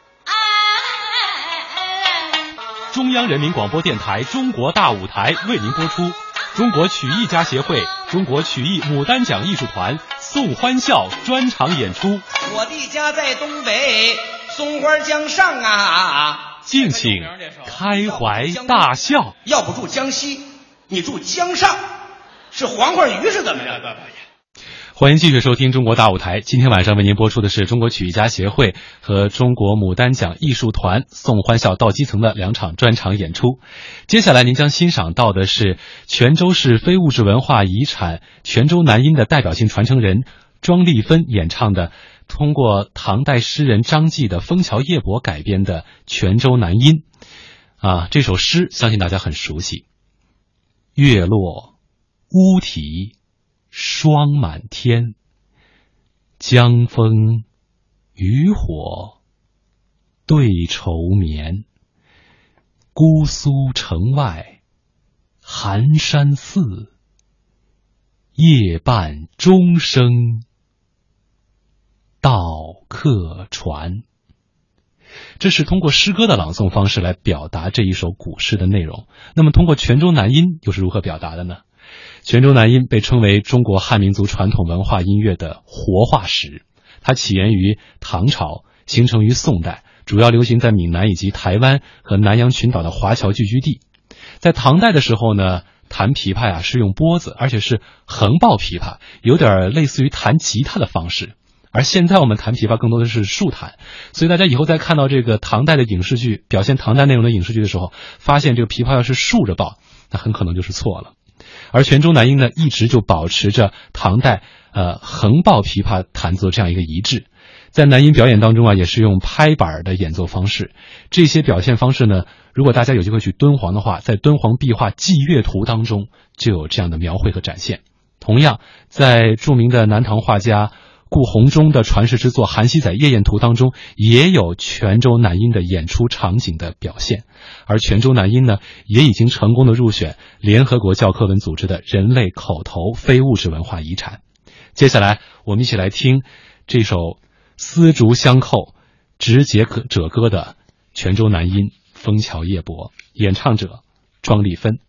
中央人民广播电台中国大舞台为您播出中国曲艺家协会中国曲艺牡丹奖艺术团送欢笑专场演出。 我的家在东北，松花江上啊， 敬请开怀大笑。 要不住江西，你住江上，是黄花鱼是怎么样？ 欢迎继续收听中国大舞台。今天晚上为您播出的是中国曲艺家协会和中国牡丹奖艺术团送欢笑到基层的2场专场演出。接下来您将欣赏到的是泉州市非物质文化遗产泉州南音的代表性传承人庄丽芬演唱的通过唐代诗人张继的《枫桥夜泊》改编的泉州南音。这首诗相信大家很熟悉。月落乌啼霜满天，江枫渔火对愁眠。姑苏城外寒山寺，夜半钟声到客船。这是通过诗歌的朗诵方式来表达这一首古诗的内容。那么通过泉州南音又是如何表达的呢？泉州南音被称为中国汉民族传统文化音乐的活化石，它起源于唐朝，形成于宋代，主要流行在闽南以及台湾和南洋群岛的华侨聚居地。在唐代的时候呢，弹琵琶是用拨子，而且是横抱琵琶，有点类似于弹吉他的方式。而现在我们弹琵琶更多的是竖弹，所以大家以后在看到这个唐代的影视剧，表现唐代内容的影视剧的时候，发现这个琵琶要是竖着抱，那很可能就是错了。而泉州南音呢，一直就保持着唐代横抱琵琶弹奏这样一个遗志。在南音表演当中也是用拍板的演奏方式。这些表现方式呢，如果大家有机会去敦煌的话，在敦煌壁画祭月图当中就有这样的描绘和展现。同样，在著名的南唐画家顾闳中的传世之作《韩熙载夜宴图》当中，也有泉州南音的演出场景的表现。而泉州南音呢，也已经成功的入选联合国教科文组织的人类口头非物质文化遗产。接下来我们一起来听这首丝竹相扣直节者歌的泉州南音《枫桥夜泊》，演唱者庄丽芬。